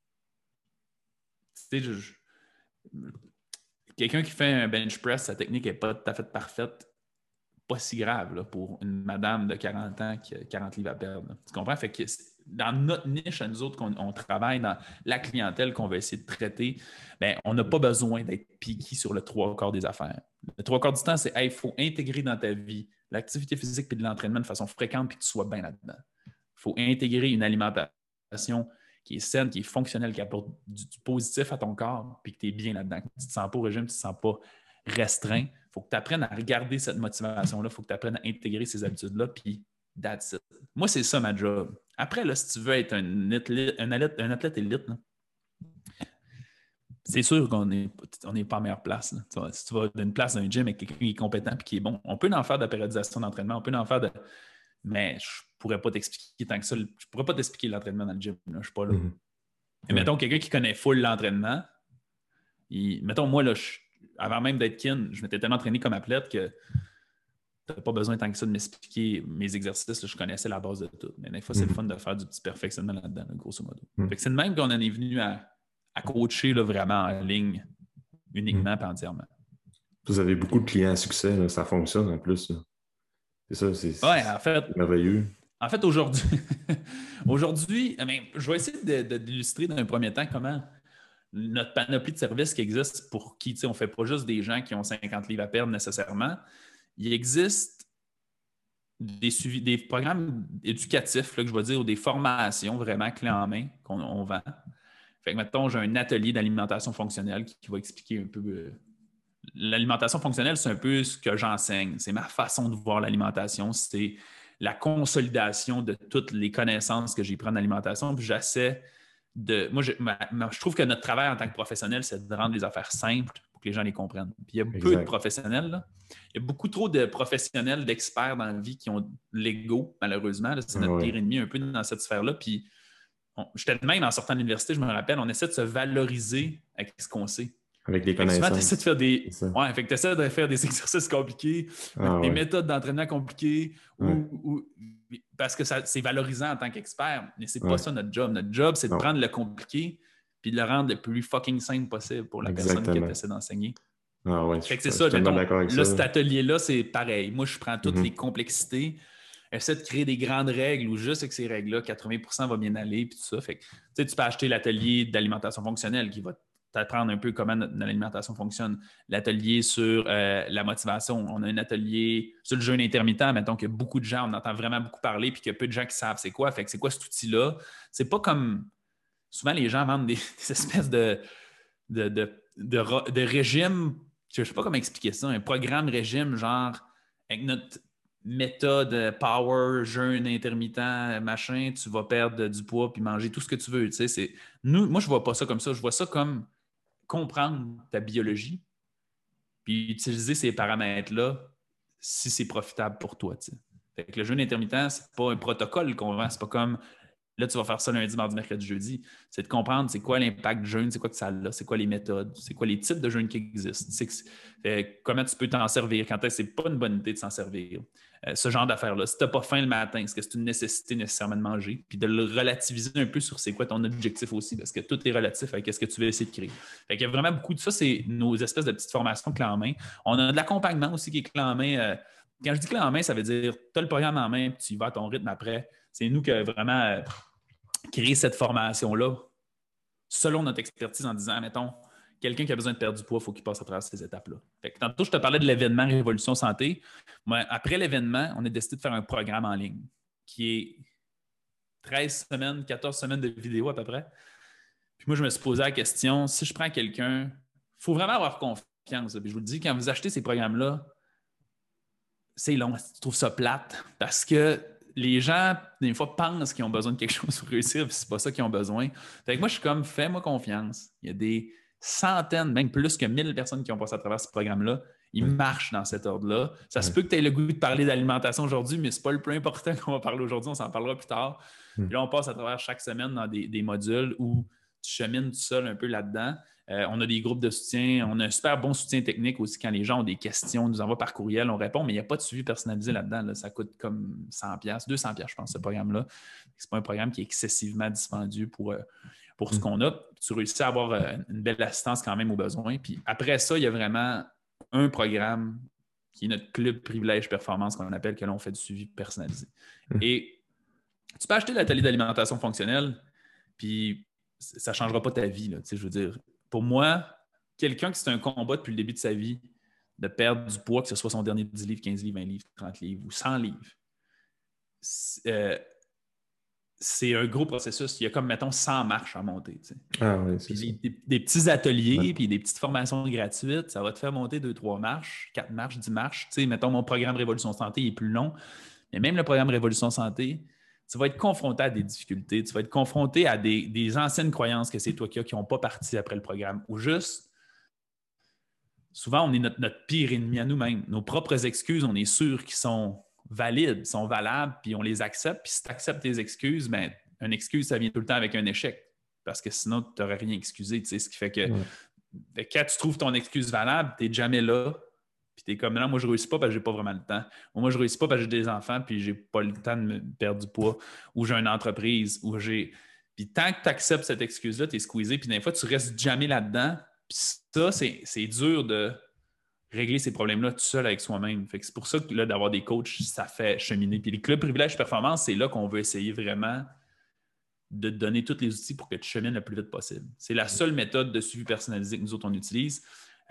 tu sais, quelqu'un qui fait un bench press, sa technique n'est pas tout à fait parfaite, pas si grave là, pour une madame de 40 ans qui a 40 livres à perdre. Là. Tu comprends? Fait que dans notre niche, à nous autres, on travaille dans la clientèle qu'on va essayer de traiter, bien, on n'a pas besoin d'être piqué sur le 3/4 des affaires. Le 3/4 du temps, c'est il faut intégrer dans ta vie l'activité physique et de l'entraînement de façon fréquente puis que tu sois bien là-dedans. Il faut intégrer une alimentation qui est saine, qui est fonctionnelle, qui apporte du positif à ton corps puis que tu es bien là-dedans. Tu ne te sens pas au régime, tu ne te sens pas restreint. Il faut que tu apprennes à regarder cette motivation-là, il faut que tu apprennes à intégrer ces habitudes-là, puis that's it. Moi, c'est ça ma job. Après, là, si tu veux être un athlète élite, là, c'est sûr qu'on n'est pas en meilleure place. Là. Si tu vas d'une place d'un gym avec quelqu'un qui est compétent et qui est bon, on peut en faire de la périodisation d'entraînement, on peut en faire de. Mais je ne pourrais pas t'expliquer tant que ça. Je ne pourrais pas t'expliquer l'entraînement dans le gym. Là. Je ne suis pas là. Et mettons, quelqu'un qui connaît full l'entraînement, mettons, moi, là, avant même d'être kin, je m'étais tellement entraîné comme athlète que tu n'as pas besoin tant que ça de m'expliquer mes exercices. Là, je connaissais la base de tout. Mais des fois, c'est le fun de faire du petit perfectionnement là-dedans, là, grosso modo. Fait que c'est de même qu'on en est venu à coacher là, vraiment en ligne, uniquement et entièrement. Vous avez beaucoup de clients à succès, là. Ça fonctionne en plus. Là. C'est ça, c'est merveilleux. En fait, aujourd'hui, je vais essayer d'illustrer dans un premier temps comment notre panoplie de services qui existe pour qui, on ne fait pas juste des gens qui ont 50 livres à perdre nécessairement. Il existe des programmes éducatifs, là, que je vais dire, ou des formations vraiment clés en main qu'on vend. Fait que, mettons, j'ai un atelier d'alimentation fonctionnelle qui va expliquer un peu. L'alimentation fonctionnelle, c'est un peu ce que j'enseigne. C'est ma façon de voir l'alimentation. C'est la consolidation de toutes les connaissances que j'ai prises en alimentation. Puis j'essaie de. Moi, je trouve que notre travail en tant que professionnel, c'est de rendre les affaires simples pour que les gens les comprennent. Puis il y a peu de professionnels, là. Il y a beaucoup trop de professionnels, d'experts dans la vie qui ont l'ego, malheureusement. Là. C'est notre pire ennemi un peu dans cette sphère-là. Puis j'étais de même en sortant de l'université, je me rappelle, on essaie de se valoriser avec ce qu'on sait. Avec des connaissances. Souvent, tu essaies de faire des. Ouais, fait que tu essaies de faire des exercices compliqués, des méthodes d'entraînement compliquées, parce que c'est valorisant en tant qu'expert. Mais c'est pas ça notre job. Notre job, c'est de prendre le compliqué puis de le rendre le plus fucking simple possible pour la personne qui essaie d'enseigner. Ah ouais, fait que c'est ça, mettons, là, cet atelier-là, c'est pareil. Moi, je prends toutes les complexités, essaie de créer des grandes règles où juste avec ces règles-là, 80% va bien aller, puis tout ça. Fait que, tu peux acheter l'atelier d'alimentation fonctionnelle qui va t'apprendre un peu comment notre alimentation fonctionne. L'atelier sur la motivation. On a un atelier sur le jeûne intermittent. Mettons qu'il y a beaucoup de gens, on entend vraiment beaucoup parler, puis qu'il y a peu de gens qui savent c'est quoi. Fait que c'est quoi cet outil-là? C'est pas comme... Souvent, les gens vendent des espèces de régime, je sais pas comment expliquer ça, un programme régime, genre, avec notre méthode power, jeûne intermittent, machin, tu vas perdre du poids puis manger tout ce que tu veux. Tu sais, moi, je vois pas ça comme ça. Je vois ça comme comprendre ta biologie puis utiliser ces paramètres-là si c'est profitable pour toi. Tu sais. Fait que le jeûne intermittent, c'est pas un protocole qu'on vend. C'est pas comme là, tu vas faire ça lundi, mardi, mercredi, jeudi. C'est de comprendre c'est quoi l'impact du jeûne, c'est quoi que ça a, c'est quoi les méthodes, c'est quoi les types de jeûne qui existent, comment tu peux t'en servir, quand est-ce que c'est pas une bonne idée de s'en servir. Ce genre d'affaires-là. Si tu n'as pas faim le matin, est-ce que c'est une nécessité nécessairement de manger? Puis de le relativiser un peu sur c'est quoi ton objectif aussi, parce que tout est relatif avec ce que tu veux essayer de créer. Fait qu'il y a vraiment beaucoup de ça, c'est nos espèces de petites formations clés en main. On a de l'accompagnement aussi qui est clé en main. Quand je dis clé en main, ça veut dire tu as le programme en main, puis tu y vas à ton rythme après. C'est nous qui vraiment créé cette formation-là selon notre expertise en disant, mettons, quelqu'un qui a besoin de perdre du poids, il faut qu'il passe à travers ces étapes-là. Fait que tantôt, je te parlais de l'événement Révolution Santé. Moi, après l'événement, on a décidé de faire un programme en ligne qui est 13 semaines, 14 semaines de vidéos à peu près. Puis moi, je me suis posé la question, si je prends quelqu'un, il faut vraiment avoir confiance. Puis je vous le dis, quand vous achetez ces programmes-là, c'est long. Tu trouves ça plate parce que les gens, des fois, pensent qu'ils ont besoin de quelque chose pour réussir, puis c'est pas ça qu'ils ont besoin. Fait que moi, je suis comme, fais-moi confiance. Il y a des centaines, même plus que 1000 personnes qui ont passé à travers ce programme-là. Ils marchent dans cet ordre-là. Ça se peut que tu aies le goût de parler d'alimentation aujourd'hui, mais ce n'est pas le plus important qu'on va parler aujourd'hui. On s'en parlera plus tard. Puis là, on passe à travers chaque semaine dans des modules où tu chemines tout seul un peu là-dedans. On a des groupes de soutien. On a un super bon soutien technique aussi quand les gens ont des questions. On nous envoie par courriel, on répond, mais il n'y a pas de suivi personnalisé là-dedans. Là. Ça coûte comme 100$, 200$, je pense, ce programme-là. Ce n'est pas un programme qui est excessivement dispendieux pour ce qu'on a. Tu réussis à avoir une belle assistance quand même aux besoins. Puis après ça, il y a vraiment un programme qui est notre club privilège performance qu'on appelle, que l'on fait du suivi personnalisé. Et tu peux acheter l'atelier d'alimentation fonctionnelle, puis ça ne changera pas ta vie. Là, je veux dire, pour moi, quelqu'un qui c'est un combat depuis le début de sa vie de perdre du poids, que ce soit son dernier 10 livres, 15 livres, 20 livres, 30 livres ou 100 livres, c'est un gros processus. Il y a comme, mettons, 100 marches à monter. Tu sais. Ah oui, c'est ça. Des petits ateliers, puis des petites formations gratuites, ça va te faire monter 2-3 marches, 4 marches, 10 marches. Tu sais, mettons, mon programme Révolution Santé est plus long, mais même le programme Révolution Santé, tu vas être confronté à des difficultés, tu vas être confronté à des anciennes croyances que c'est toi qui n'ont pas parti après le programme. Ou juste, souvent, on est notre pire ennemi à nous-mêmes. Nos propres excuses, on est sûr qu'ils sont valides, sont valables, puis on les accepte. Puis si tu acceptes tes excuses, bien, une excuse, ça vient tout le temps avec un échec. Parce que sinon, tu n'aurais rien excusé. Tu sais, ce qui fait que quand tu trouves ton excuse valable, tu n'es jamais là. Puis tu es comme, non, moi, je ne réussis pas parce que je n'ai pas vraiment le temps. Moi, je ne réussis pas parce que j'ai des enfants puis je n'ai pas le temps de me perdre du poids. Ou j'ai une entreprise. Ou j'ai. Puis tant que tu acceptes cette excuse-là, tu es squeezé. Puis des fois, tu restes jamais là-dedans. Puis ça, c'est dur de régler ces problèmes-là tout seul avec soi-même. Fait que c'est pour ça que là, d'avoir des coachs, ça fait cheminer. Puis les clubs privilèges performance, c'est là qu'on veut essayer vraiment de te donner tous les outils pour que tu chemines le plus vite possible. C'est la seule méthode de suivi personnalisé que nous autres, on utilise.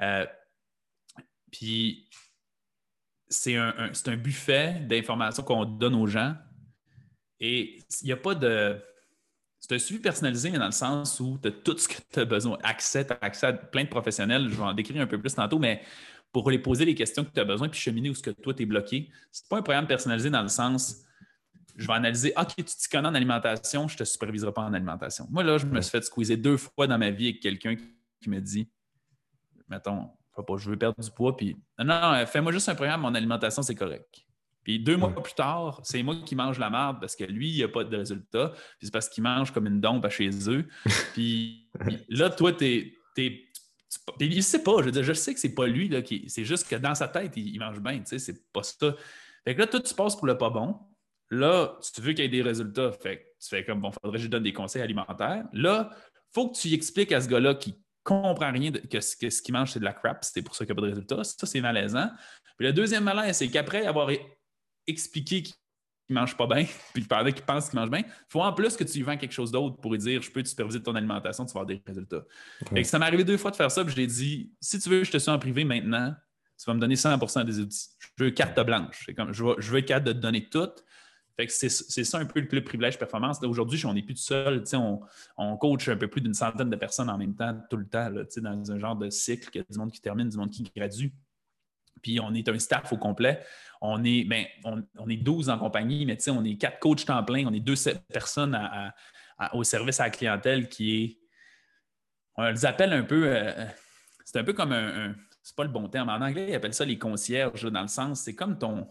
Puis c'est un buffet d'informations qu'on donne aux gens. Et il n'y a pas de... C'est un suivi personnalisé, mais dans le sens où tu as tout ce que tu as besoin. Tu as accès à plein de professionnels. Je vais en décrire un peu plus tantôt, mais pour les poser les questions que tu as besoin puis cheminer où ce que toi, tu es bloqué. Ce n'est pas un programme personnalisé dans le sens... Je vais analyser, OK, tu t'y connais en alimentation, je ne te superviserai pas en alimentation. Moi, là, je me suis fait squeezer 2 fois dans ma vie avec quelqu'un qui me dit, mettons, je veux perdre du poids, puis non, fais-moi juste un programme, mon alimentation, c'est correct. Puis 2 mois plus tard, c'est moi qui mange la merde parce que lui, il n'a pas de résultat, puis c'est parce qu'il mange comme une dompe à chez eux. Puis là, toi, puis il ne sait pas, je veux dire, je sais que c'est pas lui, là, c'est juste que dans sa tête, il mange bien, tu sais, c'est pas ça. Fait que là, toi, tu passes pour le pas bon. Là, si tu veux qu'il y ait des résultats, fait, tu fais comme, bon, faudrait que je lui donne des conseils alimentaires. Là, il faut que tu y expliques à ce gars-là qui ne comprend rien que ce qu'il mange, c'est de la crap, c'est pour ça qu'il n'y a pas de résultats. Ça, c'est malaisant. Puis le deuxième malaise, c'est qu'après avoir expliqué qu'il ne mange pas bien, puis pendant qu'il pense qu'il mange bien, il faut en plus que tu lui vends quelque chose d'autre pour lui dire, je peux te superviser ton alimentation, tu vas avoir des résultats. Fait que ça m'est arrivé 2 fois de faire ça, puis je lui ai dit, si tu veux, je te suis en privé maintenant, tu vas me donner 100% des outils. Je veux carte blanche. C'est comme, je veux être capable de te donner tout. Fait que c'est ça un peu le club privilège performance. Là, aujourd'hui, on n'est plus tout seul. On coach un peu plus d'une centaine de personnes en même temps, tout le temps, là, dans un genre de cycle. Il y a du monde qui termine, du monde qui gradue. Puis on est un staff au complet. On est 12 en compagnie, mais on est 4 coachs temps plein. On est 2 personnes au service à la clientèle qui est... On les appelle un peu... c'est un peu comme c'est pas le bon terme. En anglais, ils appellent ça les concierges, là, dans le sens, c'est comme ton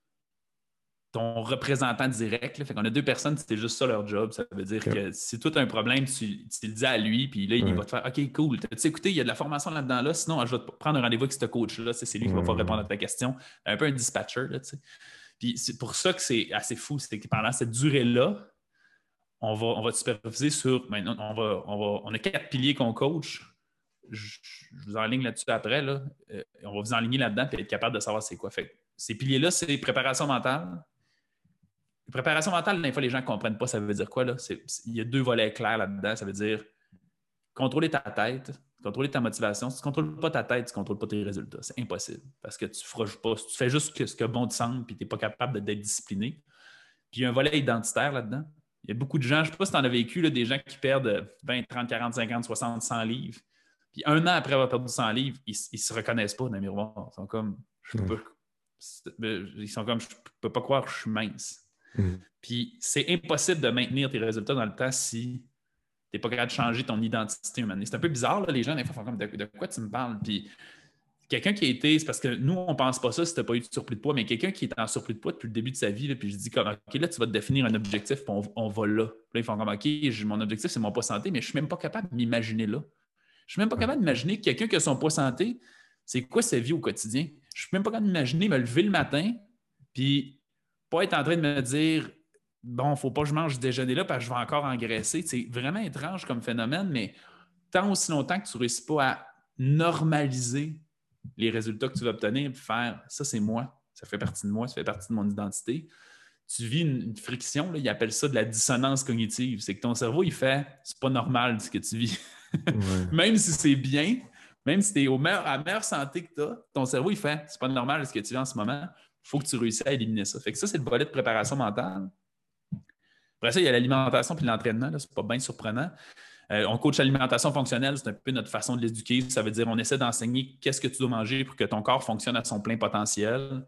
représentant direct. Là. Fait qu'on a 2 personnes, c'est juste ça leur job. Ça veut dire que si toi, tu as un problème, tu le dis à lui, puis là, il va te faire OK, cool. Tu sais, écoutez, il y a de la formation là-dedans, là. Sinon, je vais te prendre un rendez-vous avec ce coach-là. C'est lui qui va pouvoir répondre à ta question. Un peu un dispatcher, là, tu sais. Puis c'est pour ça que c'est assez fou. C'est que pendant cette durée-là, on va te superviser sur. Maintenant, on a 4 piliers qu'on coach. Je vous enligne là-dessus après. Là. On va vous enligner là-dedans et être capable de savoir c'est quoi. Fait ces piliers-là, c'est préparation mentale. Préparation mentale, des fois, les gens ne comprennent pas ça veut dire quoi. Là? Il y a 2 volets clairs là-dedans. Ça veut dire contrôler ta tête, contrôler ta motivation. Si tu ne contrôles pas ta tête, tu ne contrôles pas tes résultats. C'est impossible parce que tu fais juste ce que bon te semble et tu n'es pas capable d'être discipliné. Puis il y a un volet identitaire là-dedans. Il y a beaucoup de gens, je ne sais pas si tu en as vécu, là, des gens qui perdent 20, 30, 40, 50, 60, 100 livres. Puis 1 an après avoir perdu 100 livres, ils ne se reconnaissent pas dans le miroir. Ils sont comme, je ne peux pas croire que je suis mince. Puis c'est impossible de maintenir tes résultats dans le temps si Tu n'es pas capable de changer ton identité. C'est un peu bizarre, là, les gens, des fois, font comme de quoi tu me parles? Puis quelqu'un qui a été, c'est parce que nous, on ne pense pas ça si tu n'as pas eu de surplus de poids, mais quelqu'un qui est en surplus de poids depuis le début de sa vie, là, puis je dis comme, OK, là, tu vas te définir un objectif, puis on va là. Puis là, ils font comme, OK, mon objectif, c'est mon poids santé, mais je ne suis même pas capable de m'imaginer là. Je ne suis même pas capable d'imaginer que quelqu'un qui a son poids santé, c'est quoi sa vie au quotidien. Je ne suis même pas capable d'imaginer me lever le matin, puis pas être en train de me dire, bon, il ne faut pas que je mange ce déjeuner-là parce que je vais encore engraisser. C'est vraiment étrange comme phénomène, mais tant aussi longtemps que tu ne réussis pas à normaliser les résultats que tu vas obtenir, puis faire ça, c'est moi, ça fait partie de moi, ça fait partie de mon identité. Tu vis une friction, là, ils appellent ça de la dissonance cognitive. C'est que ton cerveau, il fait c'est pas normal ce que tu vis. Ouais. Même si c'est bien, même si tu es à la meilleure santé que tu as, ton cerveau, il fait c'est pas normal ce que tu vis en ce moment. Il faut que tu réussisses à éliminer ça. Fait que ça, c'est le volet de préparation mentale. Après ça, il y a l'alimentation puis l'entraînement. C'est pas bien surprenant. On coach l'alimentation fonctionnelle, c'est un peu notre façon de l'éduquer. Ça veut dire on essaie d'enseigner qu'est-ce que tu dois manger pour que ton corps fonctionne à son plein potentiel.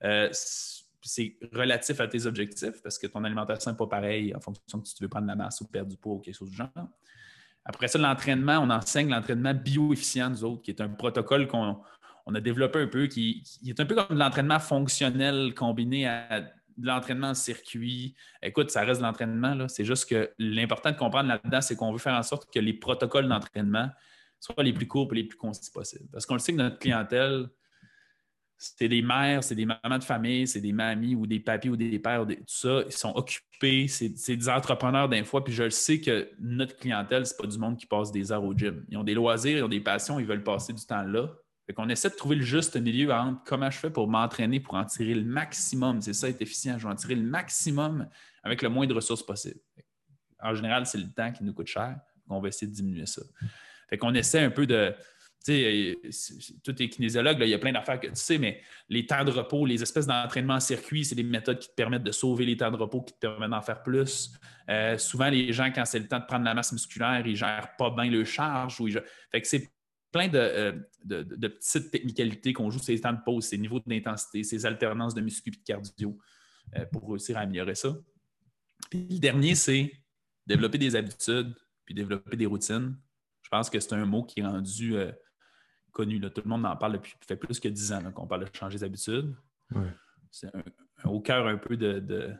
C'est relatif à tes objectifs parce que ton alimentation n'est pas pareille en fonction de si tu veux prendre de la masse ou perdre du poids ou quelque chose du genre. Après ça, l'entraînement, on enseigne l'entraînement bioefficient, nous autres, qui est un protocole qu'on a développé un peu, qui est un peu comme de l'entraînement fonctionnel combiné à de l'entraînement en circuit. Écoute, ça reste de l'entraînement, là. C'est juste que l'important de comprendre là-dedans, c'est qu'on veut faire en sorte que les protocoles d'entraînement soient les plus courts et les plus concis possibles. Parce qu'on le sait que notre clientèle, c'est des mères, c'est des mamans de famille, c'est des mamies ou des papis ou des pères, tout ça, ils sont occupés, c'est des entrepreneurs d'un fois, puis je le sais que notre clientèle, c'est pas du monde qui passe des heures au gym. Ils ont des loisirs, ils ont des passions, ils veulent passer du temps là. Fait qu'on essaie de trouver le juste milieu entre comment je fais pour m'entraîner, pour en tirer le maximum. C'est ça, être efficient. Je vais en tirer le maximum avec le moins de ressources possible. En général, c'est le temps qui nous coûte cher. On va essayer de diminuer ça. Fait qu'on essaie un peu de... Tu sais, tout est kinésiologue, là, il y a plein d'affaires que tu sais, mais les temps de repos, les espèces d'entraînement en circuit, c'est des méthodes qui te permettent de sauver les temps de repos, qui te permettent d'en faire plus. Souvent, les gens, quand c'est le temps de prendre la masse musculaire, ils ne gèrent pas bien le charge. Fait que c'est plein de petites technicalités qu'on joue sur les temps de pause, ces niveaux d'intensité, ces alternances de muscu et de cardio pour réussir à améliorer ça. Puis le dernier, c'est développer des habitudes puis développer des routines. Je pense que c'est un mot qui est rendu connu. Là. Tout le monde en parle depuis fait plus que 10 ans là, qu'on parle de changer les habitudes. Ouais. C'est au cœur un peu de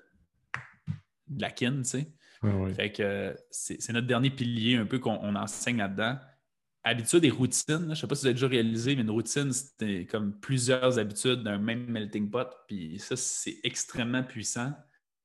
la kin, tu sais. Ouais. Fait que c'est notre dernier pilier un peu qu'on enseigne là-dedans. Habitudes et routines, je ne sais pas si vous avez déjà réalisé, mais une routine, c'est comme plusieurs habitudes d'un même melting pot. Puis ça, c'est extrêmement puissant.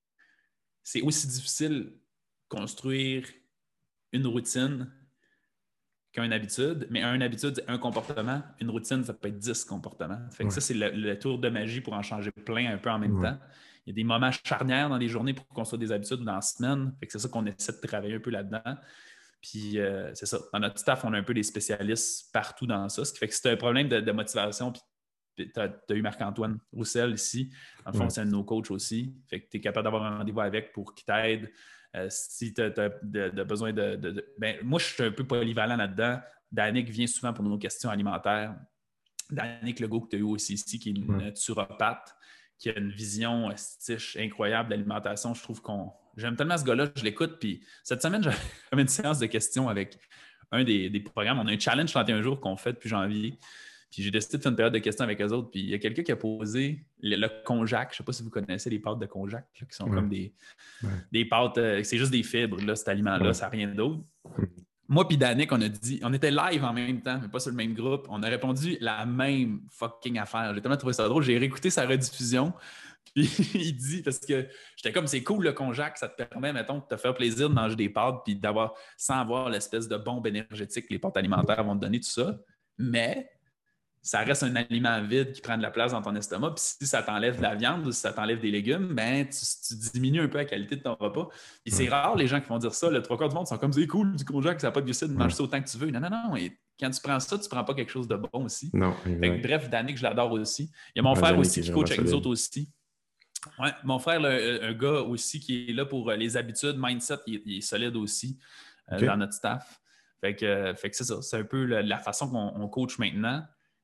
C'est aussi difficile construire une routine qu'une habitude, mais une habitude, c'est un comportement. Une routine, ça peut être 10 comportements. Fait que ça, c'est le tour de magie pour en changer plein un peu en même temps. Il y a des moments charnières dans les journées pour construire des habitudes ou dans la semaine. Fait que c'est ça qu'on essaie de travailler un peu là-dedans. Puis c'est ça. Dans notre staff, on a un peu des spécialistes partout dans ça. Ce qui fait que si tu as un problème de motivation, puis tu as eu Marc-Antoine Roussel ici. En fond, c'est un de nos coachs aussi. Fait que tu es capable d'avoir un rendez-vous avec pour qu'il t'aide. Si tu as besoin ben, moi, je suis un peu polyvalent là-dedans. Danick vient souvent pour nos questions alimentaires. Danick Legault, que tu as eu aussi ici, qui est une naturopathe, qui a une vision incroyable d'alimentation. Je trouve j'aime tellement ce gars-là, je l'écoute. Puis cette semaine, j'avais une séance de questions avec un des programmes. On a un challenge 31 jours qu'on fait depuis janvier. Puis j'ai décidé de faire une période de questions avec eux autres. Puis il y a quelqu'un qui a posé le konjac. Je ne sais pas si vous connaissez les pâtes de konjac, là, qui sont comme des pâtes, c'est juste des fibres, là, cet aliment-là, ça n'a rien d'autre. Moi puis Danick, on était live en même temps, mais pas sur le même groupe. On a répondu la même fucking affaire. J'ai tellement trouvé ça drôle. J'ai réécouté sa rediffusion. Puis il dit, parce que j'étais comme, c'est cool le konjac, ça te permet, mettons, de te faire plaisir de manger des pâtes puis d'avoir, sans avoir l'espèce de bombe énergétique que les pâtes alimentaires vont te donner, tout ça. Mais ça reste un aliment vide qui prend de la place dans ton estomac. Puis si ça t'enlève de la viande ou si ça t'enlève des légumes, ben tu diminues un peu la qualité de ton repas. Et c'est rare les gens qui vont dire ça. Le 3/4 du monde sont comme c'est cool du konjac, ça n'a pas de glucides, mange ça autant que tu veux. Non. Et quand tu prends ça, tu ne prends pas quelque chose de bon aussi. Non, bref, Danick, je l'adore aussi. Il y a mon frère aussi qui coach avec nous autres aussi. Ouais, mon frère, un gars aussi qui est là pour les habitudes, mindset, il est solide aussi dans notre staff. Fait que c'est ça. C'est un peu la façon qu'on coach maintenant.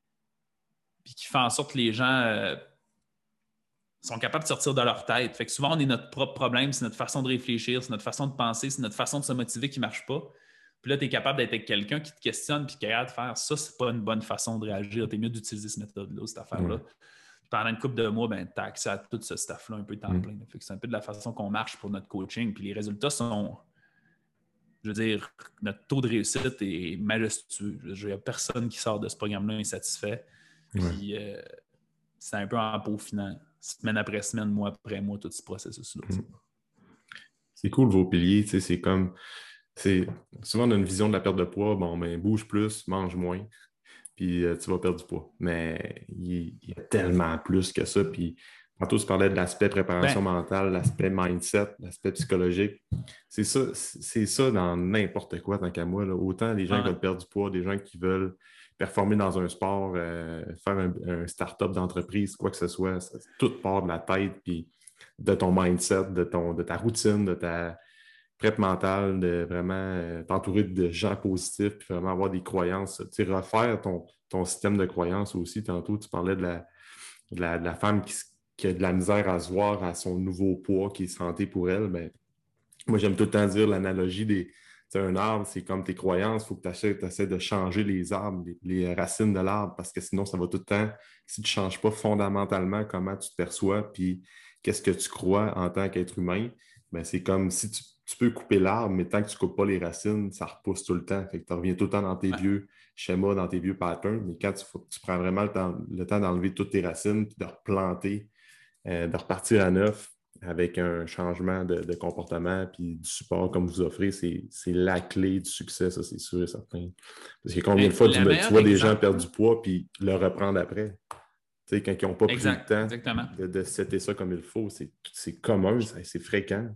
Puis qui fait en sorte que les gens sont capables de sortir de leur tête. Fait que souvent, on est notre propre problème, c'est notre façon de réfléchir, c'est notre façon de penser, c'est notre façon de se motiver qui ne marche pas. Puis là, tu es capable d'être avec quelqu'un qui te questionne puis qui est capable de faire ça, c'est pas une bonne façon de réagir. Tu es mieux d'utiliser cette méthode-là, cette affaire-là. Pendant une couple de mois, ben, tu as accès à tout ce staff-là un peu temps plein. Fait que c'est un peu de la façon qu'on marche pour notre coaching. Puis les résultats sont, je veux dire, notre taux de réussite est majestueux. Il n'y a personne qui sort de ce programme-là insatisfait. Puis c'est un peu en peaufinant, semaine après semaine, mois après mois, tout ce processus-là. C'est cool, vos piliers. C'est comme. Souvent, on a une vision de la perte de poids. Bon, mais bouge plus, mange moins, puis tu vas perdre du poids. Mais il y a tellement plus que ça. Puis tantôt, tu parlais de l'aspect préparation mentale, l'aspect mindset, l'aspect psychologique. C'est ça dans n'importe quoi, tant qu'à moi. Là. Autant les gens qui veulent perdre du poids, des gens qui veulent performer dans un sport, faire un start-up d'entreprise, quoi que ce soit. Tout part de la tête, puis de ton mindset, de ta routine, de ta prep mentale, de vraiment t'entourer de gens positifs, puis vraiment avoir des croyances. Tu sais, refaire ton système de croyances aussi. Tantôt, tu parlais de la femme qui a de la misère à se voir à son nouveau poids, qui est santé pour elle. Ben, moi, j'aime tout le temps dire l'analogie un arbre, c'est comme tes croyances. Il faut que tu essaies de changer les arbres, les racines de l'arbre, parce que sinon, ça va tout le temps, si tu ne changes pas fondamentalement comment tu te perçois, puis qu'est-ce que tu crois en tant qu'être humain, ben, c'est comme si tu peux couper l'arbre, mais tant que tu ne coupes pas les racines, ça repousse tout le temps. Fait que tu reviens tout le temps dans tes vieux schémas, dans tes vieux patterns, mais quand tu prends vraiment le temps d'enlever toutes tes racines, puis de replanter, de repartir à neuf, avec un changement de comportement puis du support comme vous offrez, c'est la clé du succès, ça, c'est sûr et certain. Parce que combien de fois tu vois des gens perdre du poids puis le reprendre après? Tu sais, quand ils n'ont pas pris le temps de setter ça comme il faut, c'est commun, c'est fréquent.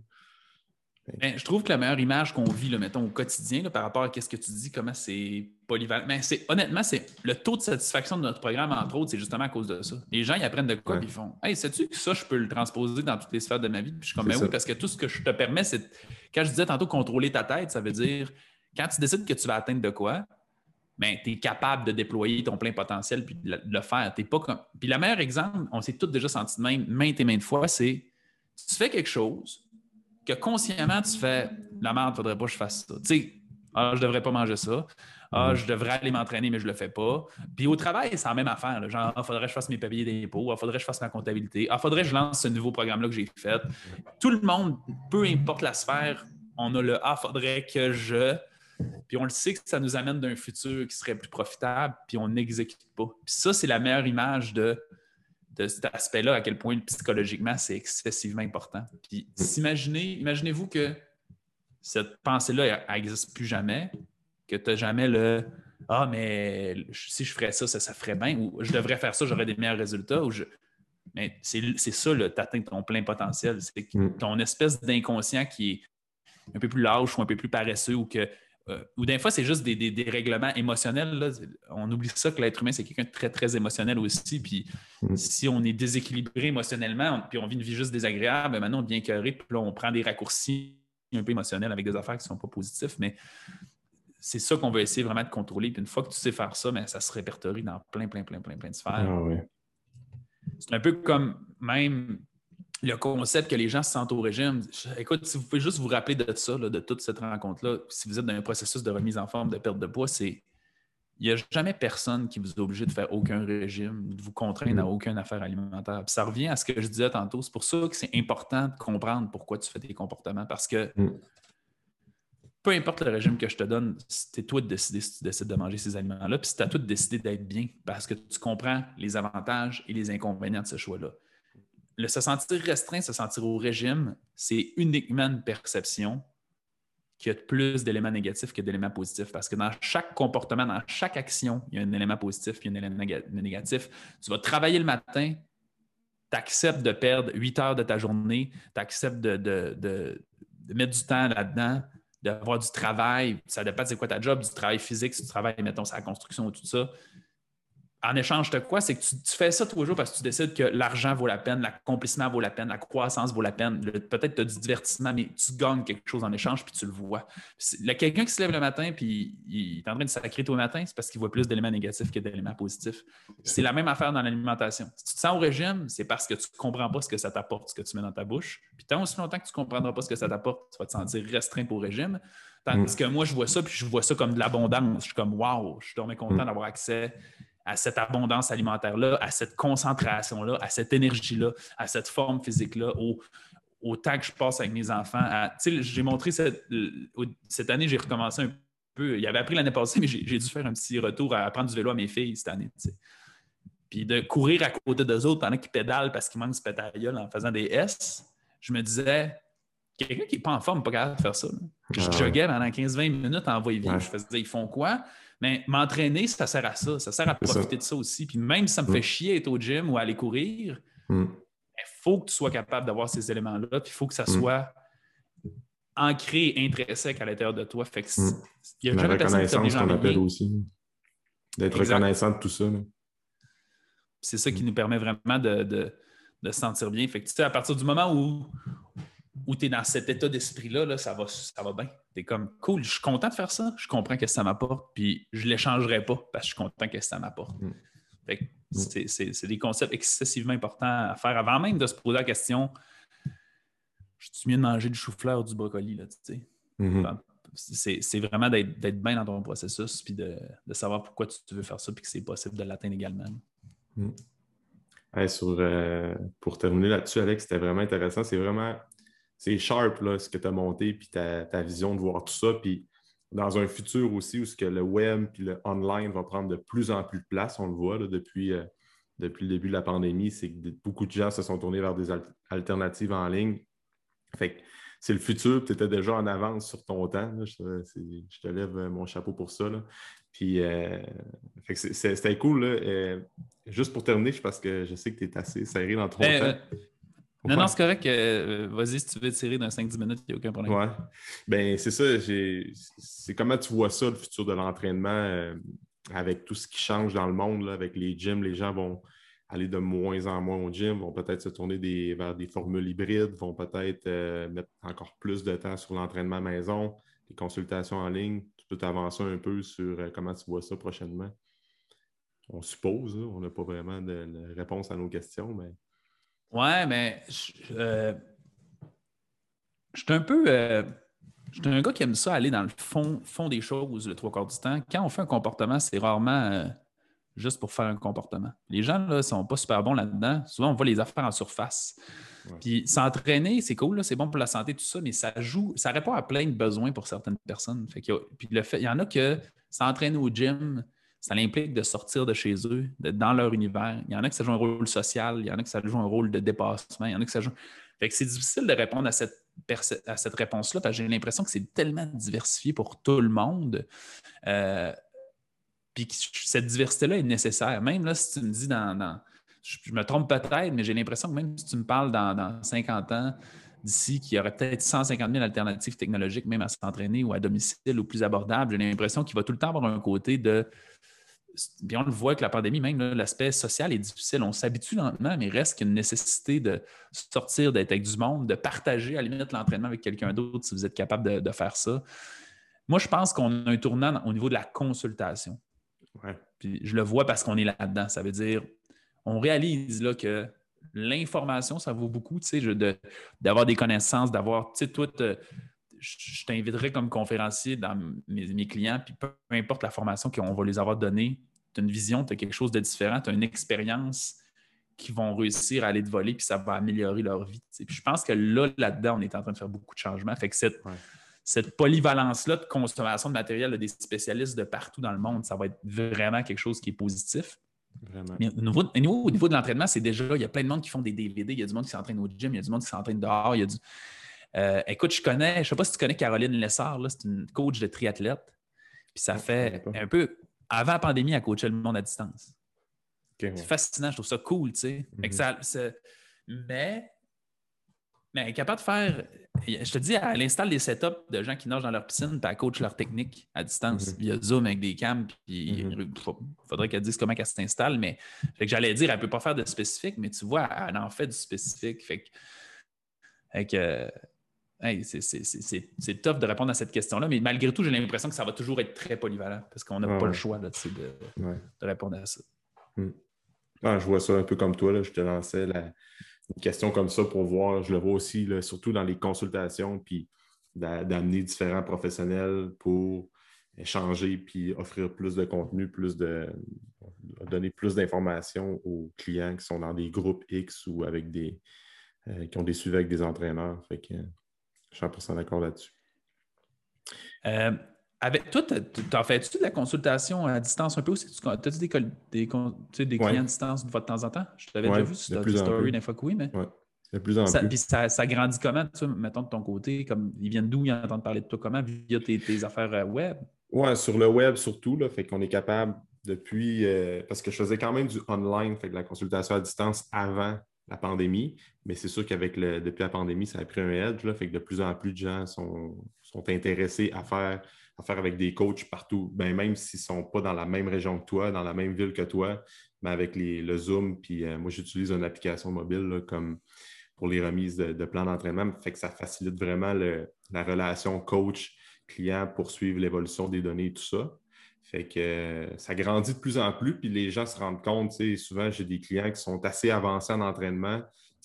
Ben, je trouve que la meilleure image qu'on vit, là, mettons, au quotidien, là, par rapport à ce que tu dis, comment c'est polyvalent. Mais honnêtement, c'est le taux de satisfaction de notre programme, entre autres, c'est justement à cause de ça. Les gens, ils apprennent de quoi, puis ils font hey, sais-tu que ça, je peux le transposer dans toutes les sphères de ma vie? Puis je suis comme, ben oui, parce que tout ce que je te permets, c'est. Quand je disais tantôt contrôler ta tête, ça veut dire quand tu décides que tu vas atteindre de quoi, ben, tu es capable de déployer ton plein potentiel puis de le faire. T'es pas comme. Puis le meilleur exemple, on s'est tous déjà senti de même, maintes et maintes fois, c'est tu fais quelque chose que consciemment, tu fais la merde, faudrait pas que je fasse ça. Tu sais, je devrais pas manger ça. Je devrais aller m'entraîner, mais je le fais pas. Puis au travail, c'est la même affaire. Là. Genre, faudrait que je fasse mes papiers d'impôts. Faudrait que je fasse ma comptabilité. Faudrait que je lance ce nouveau programme-là que j'ai fait. Tout le monde, peu importe la sphère, on a le faudrait que je. Puis on le sait que ça nous amène d'un futur qui serait plus profitable, puis on n'exécute pas. Puis ça, c'est la meilleure image de cet aspect-là, à quel point psychologiquement, c'est excessivement important. Puis imaginez-vous que cette pensée-là, elle n'existe plus jamais, que tu n'as jamais le « Ah, mais si je ferais ça, ça ferait bien » ou « Je devrais faire ça, j'aurais des meilleurs résultats » ou Mais c'est ça, tu atteins ton plein potentiel. C'est ton espèce d'inconscient qui est un peu plus lâche ou un peu plus paresseux ou des fois, c'est juste des règlements émotionnels. Là. On oublie ça que l'être humain, c'est quelqu'un de très, très émotionnel aussi. Puis si on est déséquilibré émotionnellement, puis on vit une vie juste désagréable, ben maintenant, on devient écœuré, puis là, on prend des raccourcis un peu émotionnels avec des affaires qui ne sont pas positifs. Mais c'est ça qu'on veut essayer vraiment de contrôler. Puis une fois que tu sais faire ça, ben, ça se répertorie dans plein de sphères. Ah, ouais. C'est un peu comme même le concept que les gens se sentent au régime. Écoute, si vous pouvez juste vous rappeler de ça, là, de toute cette rencontre-là, si vous êtes dans un processus de remise en forme, de perte de poids, il n'y a jamais personne qui vous est obligé de faire aucun régime, de vous contraindre à aucune affaire alimentaire. Puis ça revient à ce que je disais tantôt. C'est pour ça que c'est important de comprendre pourquoi tu fais tes comportements. Parce que peu importe le régime que je te donne, c'est toi de décider si tu décides de manger ces aliments-là. Puis c'est à toi de décider d'être bien parce que tu comprends les avantages et les inconvénients de ce choix-là. Le se sentir restreint, se sentir au régime, c'est uniquement une perception qui a plus d'éléments négatifs que d'éléments positifs. Parce que dans chaque comportement, dans chaque action, il y a un élément positif et un élément négatif. Tu vas travailler le matin, tu acceptes de perdre 8 heures de ta journée, tu acceptes de mettre du temps là-dedans, d'avoir du travail. Ça dépend de c'est quoi ta job, du travail physique, si tu travailles, mettons, sur la construction ou tout ça. En échange de quoi? C'est que tu fais ça tous les jours parce que tu décides que l'argent vaut la peine, l'accomplissement vaut la peine, la croissance vaut la peine. Peut-être tu as du divertissement, mais tu gagnes quelque chose en échange puis tu le vois. Quelqu'un qui se lève le matin puis il est en train de sacrer tout le matin, c'est parce qu'il voit plus d'éléments négatifs que d'éléments positifs. C'est la même affaire dans l'alimentation. Si tu te sens au régime, c'est parce que tu ne comprends pas ce que ça t'apporte, ce que tu mets dans ta bouche. Puis tant aussi longtemps que tu ne comprendras pas ce que ça t'apporte, tu vas te sentir restreint pour le régime. Tandis que moi, je vois ça, puis je vois ça comme de l'abondance. Je suis comme, wow, je suis tellement content d'avoir accès à cette abondance alimentaire-là, à cette concentration-là, à cette énergie-là, à cette forme physique-là, au temps que je passe avec mes enfants. J'ai montré cette année, j'ai recommencé un peu. Il avait appris l'année passée, mais j'ai dû faire un petit retour à apprendre du vélo à mes filles cette année. T'sais. Puis de courir à côté d'eux autres pendant qu'ils pédalent parce qu'ils manquent ce pétale en faisant des S, je me disais, quelqu'un qui n'est pas en forme n'est pas capable de faire ça. Je joguais pendant 15-20 minutes en va-et-vient. Je faisais, ils font quoi? Mais m'entraîner, ça sert à ça. Ça sert à profiter de ça aussi. Puis même si ça me fait chier être au gym ou aller courir, il faut que tu sois capable d'avoir ces éléments-là. Puis il faut que ça soit ancré, intrinsèque à l'intérieur de toi. Fait que il n'y a jamais personne qui t'oblige à qu'on appelle aussi. D'être reconnaissant de tout ça. Là. C'est ça qui nous permet vraiment de se sentir bien. Fait que, à partir du moment où tu es dans cet état d'esprit-là, là, ça va bien. Tu es comme, cool, je suis content de faire ça, je comprends ce que ça m'apporte, puis je ne l'échangerai pas parce que je suis content que ça m'apporte. Fait que c'est des concepts excessivement importants à faire avant même de se poser la question, je suis mieux de manger du chou-fleur ou du brocoli, là, tu sais. C'est vraiment d'être bien dans ton processus, puis de savoir pourquoi tu veux faire ça, puis que c'est possible de l'atteindre également. Hey, pour terminer là-dessus, Alex, c'était vraiment intéressant. C'est sharp là, ce que tu as monté, puis ta vision de voir tout ça. Puis dans un futur aussi où ce que le web puis le online va prendre de plus en plus de place, on le voit là, depuis le début de la pandémie, c'est que beaucoup de gens se sont tournés vers des alternatives en ligne. Fait que c'est le futur, tu étais déjà en avance sur ton temps. Là. Je te lève mon chapeau pour ça. Là. Puis, c'était cool. Là. Juste pour terminer, parce que je sais que tu es assez serré dans ton temps. Non, c'est correct. Vas-y, si tu veux tirer dans 5-10 minutes, il n'y a aucun problème. Ouais. Ben c'est ça. C'est comment tu vois ça, le futur de l'entraînement, avec tout ce qui change dans le monde, là, avec les gyms. Les gens vont aller de moins en moins au gym, vont peut-être se tourner vers des formules hybrides, vont peut-être mettre encore plus de temps sur l'entraînement à maison, les consultations en ligne. Tu peux t'avancer un peu sur comment tu vois ça prochainement. On suppose, là, on n'a pas vraiment de réponse à nos questions, mais... Ouais, mais je suis un peu... je suis un gars qui aime ça aller dans le fond des choses le 3/4 du temps. Quand on fait un comportement, c'est rarement juste pour faire un comportement. Les gens ne sont pas super bons là-dedans. Souvent, on voit les affaires en surface. Ouais. Puis s'entraîner, c'est cool, là, c'est bon pour la santé, tout ça, mais ça répond à plein de besoins pour certaines personnes. Puis il y en a que s'entraîner au gym, ça implique de sortir de chez eux, d'être dans leur univers. Il y en a que ça joue un rôle social, il y en a que ça joue un rôle de dépassement, il y en a que ça joue... Fait que c'est difficile de répondre à cette réponse-là parce que j'ai l'impression que c'est tellement diversifié pour tout le monde. Puis cette diversité-là est nécessaire. Même là, si tu me dis je me trompe peut-être, mais j'ai l'impression que même si tu me parles dans 50 ans d'ici, qu'il y aurait peut-être 150 000 alternatives technologiques, même à s'entraîner ou à domicile ou plus abordables, j'ai l'impression qu'il va tout le temps avoir un côté de... Puis on le voit avec la pandémie, même là, l'aspect social est difficile. On s'habitue lentement, mais il reste qu'une nécessité de sortir, d'être avec du monde, de partager à la limite l'entraînement avec quelqu'un d'autre si vous êtes capable de faire ça. Moi, je pense qu'on a un tournant au niveau de la consultation. Ouais. Puis je le vois parce qu'on est là-dedans. Ça veut dire, on réalise là, que l'information, ça vaut beaucoup, tu sais, d'avoir des connaissances, d'avoir, tu sais, toi, je t'inviterais comme conférencier dans mes clients, puis peu importe la formation qu'on va les avoir donnée, tu as une vision, tu as quelque chose de différent, tu as une expérience qui vont réussir à aller te voler, puis ça va améliorer leur vie. Puis je pense que là-dedans, on est en train de faire beaucoup de changements. Fait que cette polyvalence-là de consommation de matériel de des spécialistes de partout dans le monde, ça va être vraiment quelque chose qui est positif. Vraiment. Mais au niveau de l'entraînement, c'est déjà, il y a plein de monde qui font des DVD, il y a du monde qui s'entraîne au gym, il y a du monde qui s'entraîne dehors, il y a du... écoute, je ne sais pas si tu connais Caroline Lessard, là, c'est une coach de triathlète. Puis ça fait un peu, avant la pandémie, elle coachait le monde à distance. Okay, ouais. C'est fascinant, je trouve ça cool, tu sais. Mais elle est capable de faire, je te dis, elle installe des setups de gens qui nagent dans leur piscine, puis elle coach leur technique à distance. Il y a Zoom avec des cams, puis il faudrait qu'elle dise comment elle s'installe, mais fait que j'allais dire, elle ne peut pas faire de spécifique, mais tu vois, elle en fait du spécifique. Fait que hey, c'est tough de répondre à cette question-là, mais malgré tout, j'ai l'impression que ça va toujours être très polyvalent parce qu'on n'a pas le choix là, de répondre à ça. Je vois ça un peu comme toi. Là. Je te lançais une question comme ça pour voir. Je le vois aussi, là, surtout dans les consultations. Puis d'amener différents professionnels pour échanger puis offrir plus de contenu, donner plus d'informations aux clients qui sont dans des groupes X ou avec qui ont des suivis avec des entraîneurs. Fait que je suis 100% d'accord là-dessus. Avec toi, t'en fais-tu de la consultation à distance un peu aussi? T'as-tu des clients à distance de temps en temps? Je t'avais déjà vu sur tes stories d'un fois que oui, mais. Oui, de plus en plus. Puis ça grandit comment, mettons, de ton côté? Comme, ils viennent d'où? Ils entendent parler de toi comment? Via tes affaires web? Oui, sur le web surtout, là, fait qu'on est capable depuis. Parce que je faisais quand même du online, fait que la consultation à distance avant la pandémie, mais c'est sûr depuis la pandémie, ça a pris un edge, là, fait que de plus en plus de gens sont intéressés à faire avec des coachs partout, ben, même s'ils ne sont pas dans la même région que toi, dans la même ville que toi, mais avec le Zoom, puis moi j'utilise une application mobile là, comme pour les remises de plans d'entraînement, fait que ça facilite vraiment la relation coach-client pour suivre l'évolution des données et tout ça. Fait que ça grandit de plus en plus, puis les gens se rendent compte, souvent j'ai des clients qui sont assez avancés en entraînement.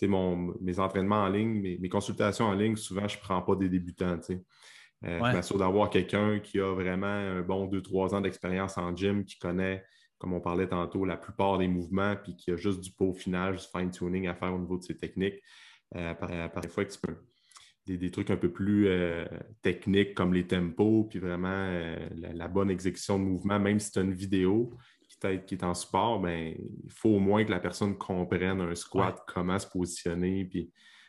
Mes entraînements en ligne, mes consultations en ligne, souvent je ne prends pas des débutants. Je m'assure d'avoir quelqu'un qui a vraiment un bon 2-3 ans d'expérience en gym, qui connaît, comme on parlait tantôt, la plupart des mouvements, puis qui a juste du peaufinage, du fine-tuning à faire au niveau de ses techniques. Parfois, des trucs un peu plus techniques comme les tempos, puis vraiment la bonne exécution de mouvement, même si tu as une vidéo qui est en support, ben, il faut au moins que la personne comprenne un squat, comment se positionner. Puis,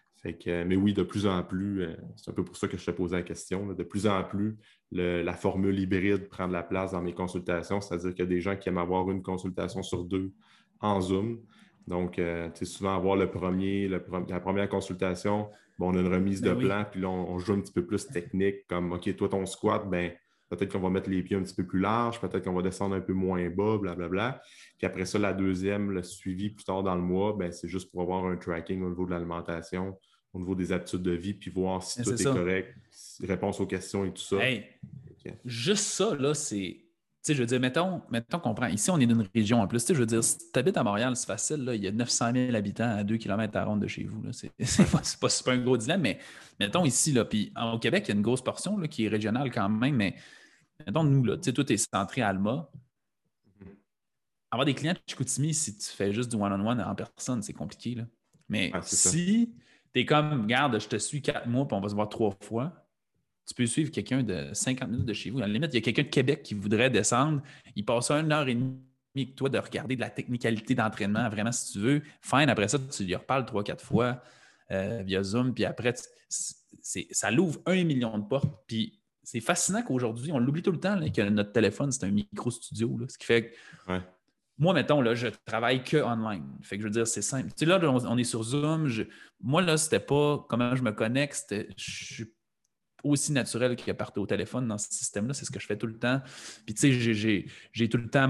mais oui, de plus en plus, c'est un peu pour ça que je te posais la question, là, de plus en plus, la formule hybride prend de la place dans mes consultations, c'est-à-dire qu'il y a des gens qui aiment avoir une consultation sur 2 en Zoom. Donc, souvent avoir la première consultation, bon, on a une remise de plan, puis là, on joue un petit peu plus technique, comme, OK, toi, ton squat, ben, peut-être qu'on va mettre les pieds un petit peu plus larges, peut-être qu'on va descendre un peu moins bas, blablabla. Puis après ça, la deuxième, le suivi plus tard dans le mois, ben, c'est juste pour avoir un tracking au niveau de l'alimentation, au niveau des habitudes de vie, puis voir si tout est correct, réponse aux questions et tout ça. Hey, juste ça, là, c'est... Tu sais, je veux dire, mettons qu'on prend... Ici, on est d'une région en plus. Tu sais, je veux dire, si tu habites à Montréal, c'est facile. Là, il y a 900 000 habitants à 2 km à ronde de chez vous. Là. C'est pas un gros dilemme, mais mettons ici, là, puis au Québec, il y a une grosse portion là, qui est régionale quand même, mais mettons nous, là, tu sais, tout est centré à Alma. Avoir des clients de Chicoutimi, si tu fais juste du one-on-one en personne, c'est compliqué. Là. Mais si tu es comme, regarde, je te suis 4 mois, puis on va se voir 3 fois, tu peux suivre quelqu'un de 50 minutes de chez vous. À la limite, il y a quelqu'un de Québec qui voudrait descendre. Il passe 1h30 avec toi de regarder de la technicalité d'entraînement, vraiment, si tu veux. Fine, après ça, tu lui reparles 3-4 fois via Zoom. Puis après, ça l'ouvre 1 million de portes. Puis c'est fascinant qu'aujourd'hui, on l'oublie tout le temps, là, que notre téléphone, c'est un micro-studio. Là, ce qui fait que moi, mettons, là, je travaille que online. Fait que je veux dire, c'est simple. Tu sais, là, on est sur Zoom. Moi, là, c'était pas comment je me connecte. Je suis aussi naturel que partir au téléphone dans ce système-là. C'est ce que je fais tout le temps. Puis, tu sais, j'ai tout le temps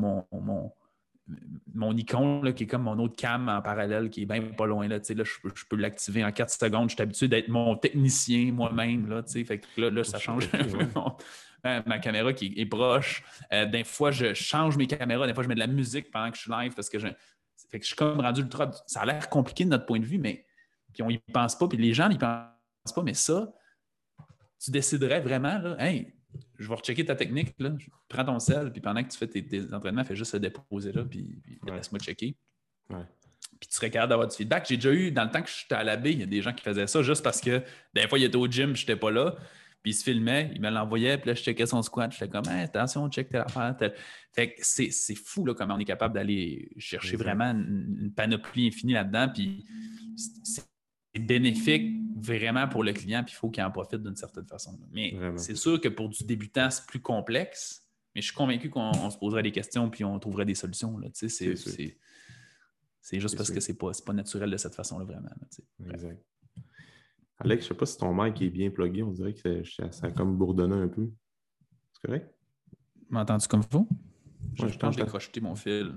mon icône là, qui est comme mon autre cam en parallèle qui est bien pas loin. Là, tu sais, là, je peux l'activer en 4 secondes. Je suis habitué d'être mon technicien moi-même. Là, tu sais, fait que là ça change un peu ma caméra qui est proche. Des fois, je change mes caméras. Des fois, je mets de la musique pendant que je suis live parce que fait que je suis comme rendu ultra... Ça a l'air compliqué de notre point de vue, mais puis on y pense pas. Puis les gens n'y pensent pas, mais ça... Tu déciderais vraiment, là, hey, je vais rechecker ta technique, là, prends ton sel, puis pendant que tu fais tes entraînements, fais juste se déposer là, puis laisse-moi checker. Puis tu serais capable d'avoir du feedback. J'ai déjà eu, dans le temps que j'étais à la baie, il y a des gens qui faisaient ça juste parce que des fois, ils étaient au gym, je n'étais pas là, puis ils se filmaient, ils me l'envoyaient, puis là, je checkais son squat, j'étais comme, hey, attention, check telle affaire. Fait que c'est fou, là, comment on est capable d'aller chercher vraiment une panoplie infinie là-dedans, puis c'est bénéfique vraiment pour le client, puis il faut qu'il en profite d'une certaine façon. Mais c'est sûr que pour du débutant, c'est plus complexe, mais je suis convaincu qu'on se poserait des questions puis on trouverait des solutions. Là. C'est juste parce que c'est pas naturel de cette façon-là, vraiment. Là, exact. Alex, je ne sais pas si ton mic est bien plugué. On dirait que ça a comme bourdonné un peu. C'est correct? M'entends-tu comme il faut? Je pense que j'ai crocheté mon fil.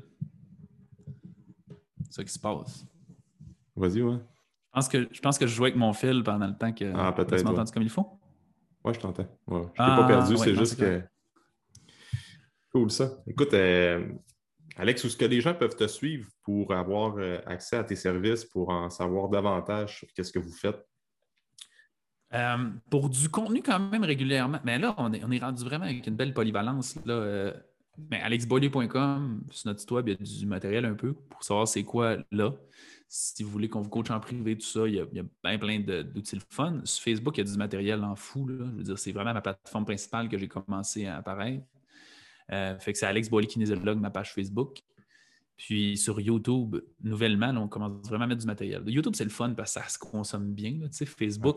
C'est ça qui se passe. Vas-y, ouais. Je pense que je jouais avec mon fil pendant le temps que... Ah, peut-être. Tu m'entends comme il faut? Oui, je t'entends. Ouais. Je t'ai pas perdu, c'est juste que... Cool, ça. Écoute, Alex, où est-ce que les gens peuvent te suivre pour avoir accès à tes services, pour en savoir davantage sur qu'est-ce que vous faites? Pour du contenu quand même régulièrement. Mais là, on est rendu vraiment avec une belle polyvalence. Là. Mais alexboilly.com, sur notre site web, il y a du matériel un peu pour savoir c'est quoi là. Si vous voulez qu'on vous coache en privé, tout ça, il y a plein d'outils le fun. Sur Facebook, il y a du matériel en fou. Là. Je veux dire, c'est vraiment ma plateforme principale que j'ai commencé à apparaître. Fait que c'est Alex Boilly kinésiologue, ma page Facebook. Puis sur YouTube, nouvellement, là, on commence vraiment à mettre du matériel. YouTube, c'est le fun parce que ça se consomme bien. Là. Tu sais, Facebook,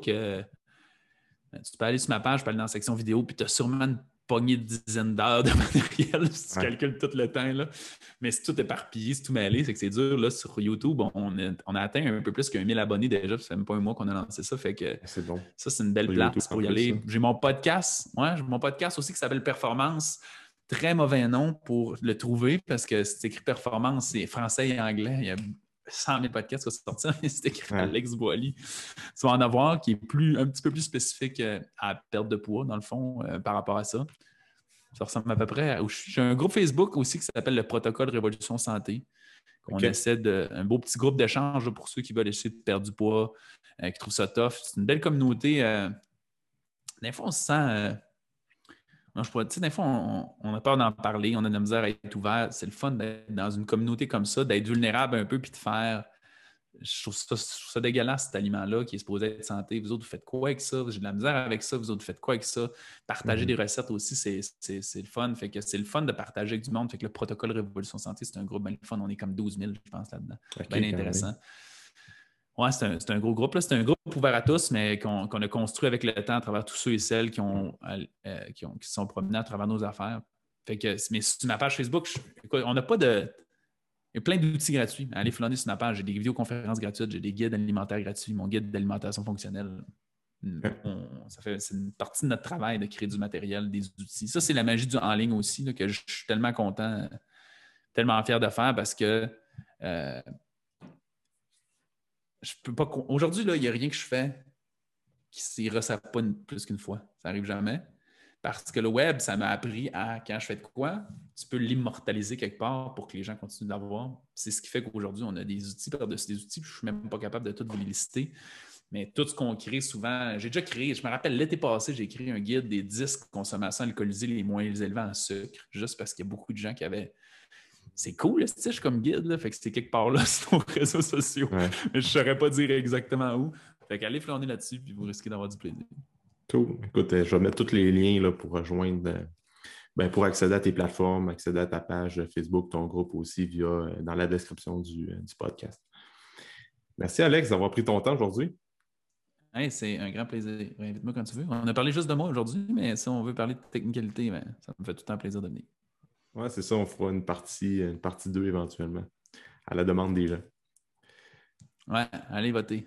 tu peux aller sur ma page, tu peux aller dans la section vidéo, puis tu as sûrement une poignée de dizaines d'heures de matériel si tu calcules tout le temps. Là. Mais si tout est éparpillé, si tout mêlé, c'est que c'est dur. Là, sur YouTube, on a atteint un peu plus qu'un 1000 abonnés déjà. Ça fait même pas un mois qu'on a lancé ça. Fait que C'est bon. ça, c'est une belle place YouTube, pour y aller. Ça. J'ai mon podcast. Ouais, j'ai mon podcast aussi qui s'appelle Performance. Très mauvais nom pour le trouver parce que c'est écrit Performance, c'est français et anglais. Il y a 100 000 podcasts qui sont sortis, mais c'est écrit Alex Boilly. Tu vas en avoir qui est un petit peu plus spécifique à la perte de poids, dans le fond, par rapport à ça. Ça ressemble à peu près à... J'ai un groupe Facebook aussi qui s'appelle le Protocole Révolution Santé. On essaie un beau petit groupe d'échange pour ceux qui veulent essayer de perdre du poids, qui trouvent ça tough. C'est une belle communauté. Des fois, on se sent... Tu sais, des fois, on a peur d'en parler, on a de la misère à être ouvert. C'est le fun d'être dans une communauté comme ça, d'être vulnérable un peu puis de faire. Je trouve ça dégueulasse, cet aliment-là qui est supposé être santé. Vous autres, vous faites quoi avec ça? J'ai de la misère avec ça. Vous autres, vous faites quoi avec ça? Partager des recettes aussi, c'est le fun. Fait que c'est le fun de partager avec du monde. Fait que le protocole Révolution Santé, c'est un groupe bien fun. On est comme 12 000, je pense, là-dedans. Bien intéressant. Oui, c'est un gros groupe. C'est un groupe ouvert à tous, mais qu'on a construit avec le temps à travers tous ceux et celles qui sont promenés à travers nos affaires. Fait que, mais sur ma page Facebook, on n'a pas de... Il y a plein d'outils gratuits. Allez flâner sur ma page. J'ai des vidéoconférences gratuites, j'ai des guides alimentaires gratuits, mon guide d'alimentation fonctionnelle. C'est une partie de notre travail de créer du matériel, des outils. Ça, c'est la magie du en ligne aussi, là, que je suis tellement content, tellement fier de faire parce que je peux pas. Aujourd'hui, il n'y a rien que je fais qui ne ressort pas plus qu'une fois. Ça n'arrive jamais. Parce que le web, ça m'a appris à, quand je fais de quoi, tu peux l'immortaliser quelque part pour que les gens continuent de l'avoir. C'est ce qui fait qu'aujourd'hui, on a des outils par-dessus des outils. Je ne suis même pas capable de tout vous les lister. Mais tout ce qu'on crée souvent, j'ai déjà créé, je me rappelle l'été passé, j'ai créé un guide des 10 consommations alcoolisées les moins élevées en sucre, juste parce qu'il y a beaucoup de gens qui avaient. C'est cool, le stitch comme guide, là. Fait que c'était quelque part là sur nos réseaux sociaux. Ouais. Mais je ne saurais pas dire exactement où. Fait qu'allez flâner là-dessus, puis vous risquez d'avoir du plaisir. Cool. Écoute, je vais mettre tous les liens là, pour rejoindre, pour accéder à tes plateformes, accéder à ta page Facebook, ton groupe aussi, dans la description du podcast. Merci, Alex, d'avoir pris ton temps aujourd'hui. Hey, c'est un grand plaisir. Invite-moi quand tu veux. On a parlé juste de moi aujourd'hui, mais si on veut parler de technicalité, ça me fait tout le temps plaisir de venir. Oui, c'est ça. On fera une partie 2 éventuellement, à la demande des gens. Ouais, allez voter.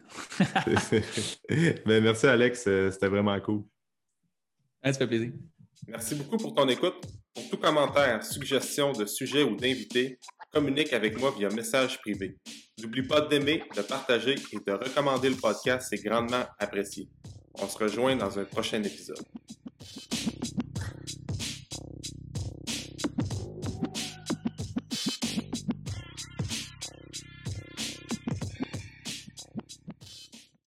Merci, Alex. C'était vraiment cool. Ça fait plaisir. Merci beaucoup pour ton écoute. Pour tout commentaire, suggestion de sujet ou d'invité, communique avec moi via message privé. N'oublie pas d'aimer, de partager et de recommander le podcast, c'est grandement apprécié. On se rejoint dans un prochain épisode.